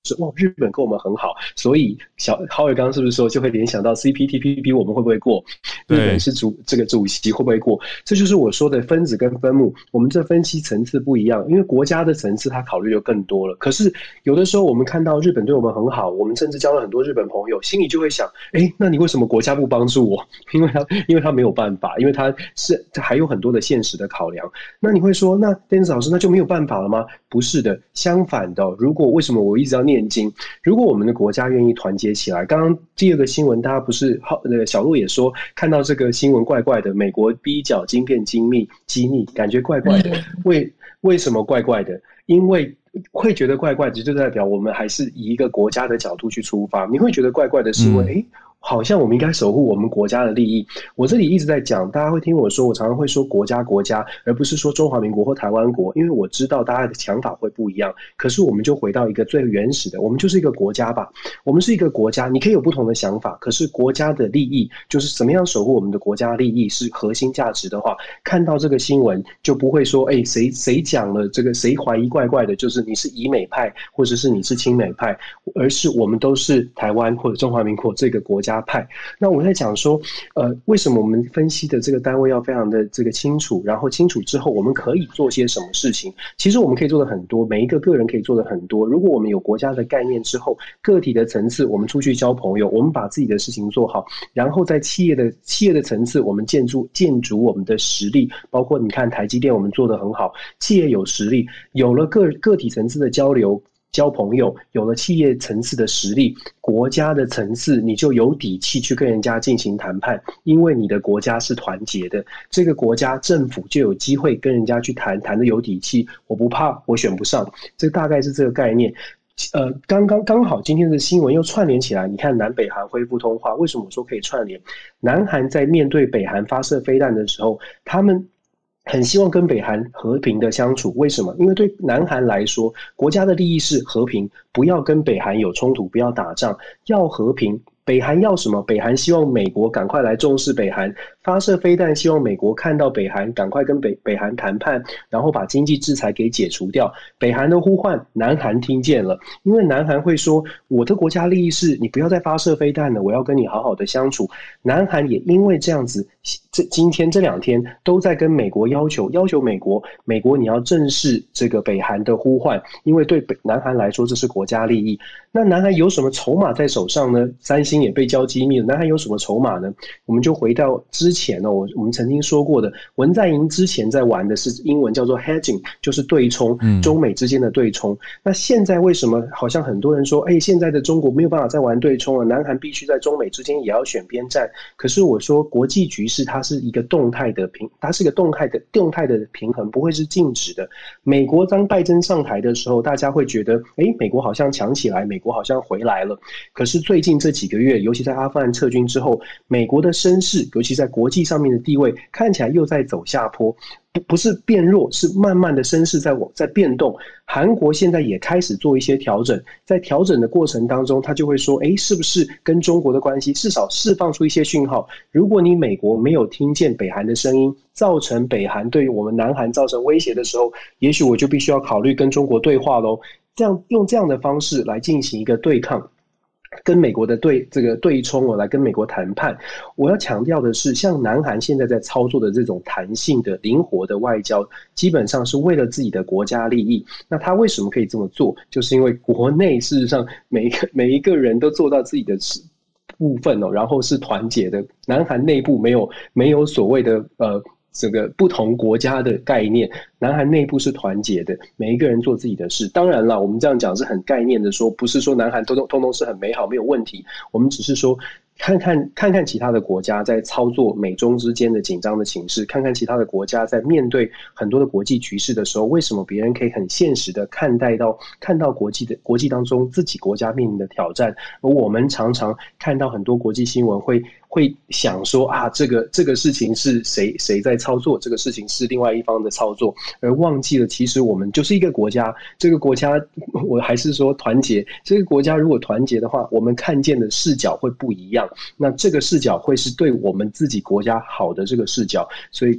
哇，日本跟我们很好，所以浩尔刚是不是说就会联想到 CPTPP 我们会不会过？日本是这个主席会不会过？这就是我说的分子跟分母，我们这分析层次不一样，因为国家的层次它考虑就更多了。可是有的时候我们看到日本对我们很好，我们甚至交了很多日本朋友，心里就会想，那你为什么国家不帮助我？因为他没有办法，因为他还有很多的现实的考量。那你会说，那 Dennis 老师那就没有办法了吗？不是的，相反的，为什么我一直要念经？如果我们的国家愿意团结起来，刚刚第二个新闻，大家不是小鹿也说，看到这个新闻怪怪的，美国逼缴晶片机密，感觉怪怪的。为什么怪怪的？因为会觉得怪怪的，就代表我们还是以一个国家的角度去出发。你会觉得怪怪的是因为好像我们应该守护我们国家的利益。我这里一直在讲，大家会听我说，我常常会说国家，而不是说中华民国或台湾国，因为我知道大家的想法会不一样。可是我们就回到一个最原始的，我们就是一个国家吧。我们是一个国家，你可以有不同的想法，可是国家的利益就是怎么样守护我们的国家利益是核心价值的话，看到这个新闻就不会说，谁讲了这个，谁怀疑怪怪的，就是你是以美派，或者是你是亲美派，而是我们都是台湾或者中华民国这个国家派。那我在讲说，为什么我们分析的这个单位要非常的这个清楚，然后清楚之后我们可以做些什么事情？其实我们可以做的很多，每一个个人可以做的很多。如果我们有国家的概念之后，个体的层次，我们出去交朋友，我们把自己的事情做好，然后在企业的层次，我们建筑我们的实力，包括你看台积电我们做得很好，企业有实力，有了个体层次的交流。交朋友，有了企业层次的实力，国家的层次你就有底气去跟人家进行谈判，因为你的国家是团结的，这个国家政府就有机会跟人家去谈的有底气，我不怕我选不上，这大概是这个概念。刚好今天的新闻又串联起来，你看南北韩恢复通话，为什么我说可以串联？南韩在面对北韩发射飞弹的时候，他们很希望跟北韩和平的相处，为什么？因为对南韩来说，国家的利益是和平，不要跟北韩有冲突，不要打仗，要和平。北韩要什么？北韩希望美国赶快来重视北韩，发射飞弹，希望美国看到北韩赶快跟北韩谈判，然后把经济制裁给解除掉。北韩的呼唤，南韩听见了，因为南韩会说，我的国家利益是你不要再发射飞弹了，我要跟你好好的相处。南韩也因为这样子，今天这2天都在跟美国要求美国你要正视这个北韩的呼唤，因为对南韩来说这是国家利益。那南韩有什么筹码在手上呢？三星也被交机密了，南韩有什么筹码呢？我们就回到之前我们曾经说过的，文在寅之前在玩的是英文叫做 hedging， 就是对冲，中美之间的对冲。那现在为什么好像很多人说，现在的中国没有办法再玩对冲了，南韩必须在中美之间也要选边站。可是我说国际局势它是一个动态的平衡，不会是静止的。美国当拜登上台的时候，大家会觉得美国好像强起来，美国好像回来了。可是最近这几个月，尤其在阿富汗撤军之后，美国的声势，尤其在国际上面的地位，看起来又在走下坡，不是变弱，是慢慢的声势在变动。韩国现在也开始做一些调整，在调整的过程当中，他就会说，是不是跟中国的关系至少释放出一些讯号？如果你美国没有听见北韩的声音，造成北韩对于我们南韩造成威胁的时候，也许我就必须要考虑跟中国对话咯。用这样的方式来进行一个对抗，跟美国的对冲来跟美国谈判。我要强调的是，像南韩现在在操作的这种弹性的灵活的外交，基本上是为了自己的国家利益。那他为什么可以这么做？就是因为国内事实上每一个人都做到自己的部分然后是团结的。南韩内部没有所谓的这个不同国家的概念，南韩内部是团结的，每一个人做自己的事。当然了，我们这样讲是很概念的说，不是说南韩通通是很美好没有问题，我们只是说看看其他的国家在操作美中之间的紧张的情势，看看其他的国家在面对很多的国际局势的时候，为什么别人可以很现实的看到国际当中自己国家面临的挑战，而我们常常看到很多国际新闻会想说这个事情是谁在操作，这个事情是另外一方的操作，而忘记了其实我们就是一个国家。这个国家我还是说团结，这个国家如果团结的话，我们看见的视角会不一样，那这个视角会是对我们自己国家好的这个视角。所以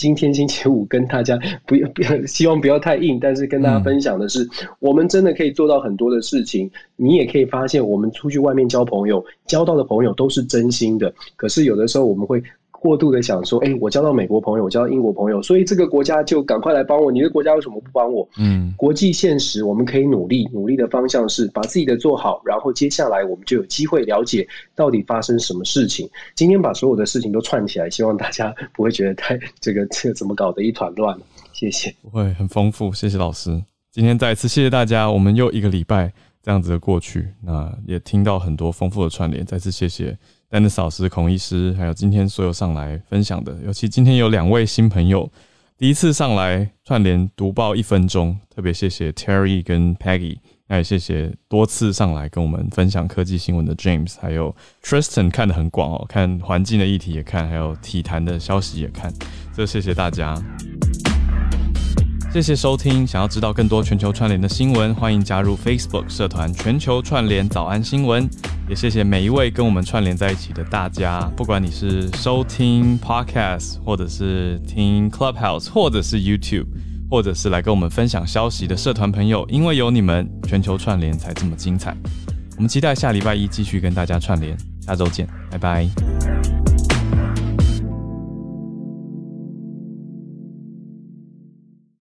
今天星期五跟大家不要希望不要太硬，但是跟大家分享的是，我们真的可以做到很多的事情。你也可以发现，我们出去外面交朋友，交到的朋友都是真心的。可是有的时候我们会过度的想说，我交到美国朋友，我交到英国朋友，所以这个国家就赶快来帮我，你的国家为什么不帮我？国际现实我们可以努力的方向是把自己的做好，然后接下来我们就有机会了解到底发生什么事情。今天把所有的事情都串起来，希望大家不会觉得太这个怎么搞得一团乱。谢谢。 不会，很丰富，谢谢老师。今天再一次谢谢大家，我们又一个礼拜这样子的过去，那也听到很多丰富的串联，再次谢谢Dennis 老师、孔医师，还有今天所有上来分享的，尤其今天有2位新朋友第一次上来串联读报1分钟，特别谢谢 Terry 跟 Peggy， 那也谢谢多次上来跟我们分享科技新闻的 James， 还有 Tristan 看得很广哦，看环境的议题也看，还有体坛的消息也看，这谢谢大家。谢谢收听，想要知道更多全球串联的新闻，欢迎加入 Facebook 社团全球串联早安新闻。也谢谢每一位跟我们串联在一起的大家，不管你是收听 Podcast 或者是听 Clubhouse 或者是 YouTube 或者是来跟我们分享消息的社团朋友，因为有你们，全球串联才这么精彩。我们期待下礼拜一继续跟大家串联，下周见，拜拜。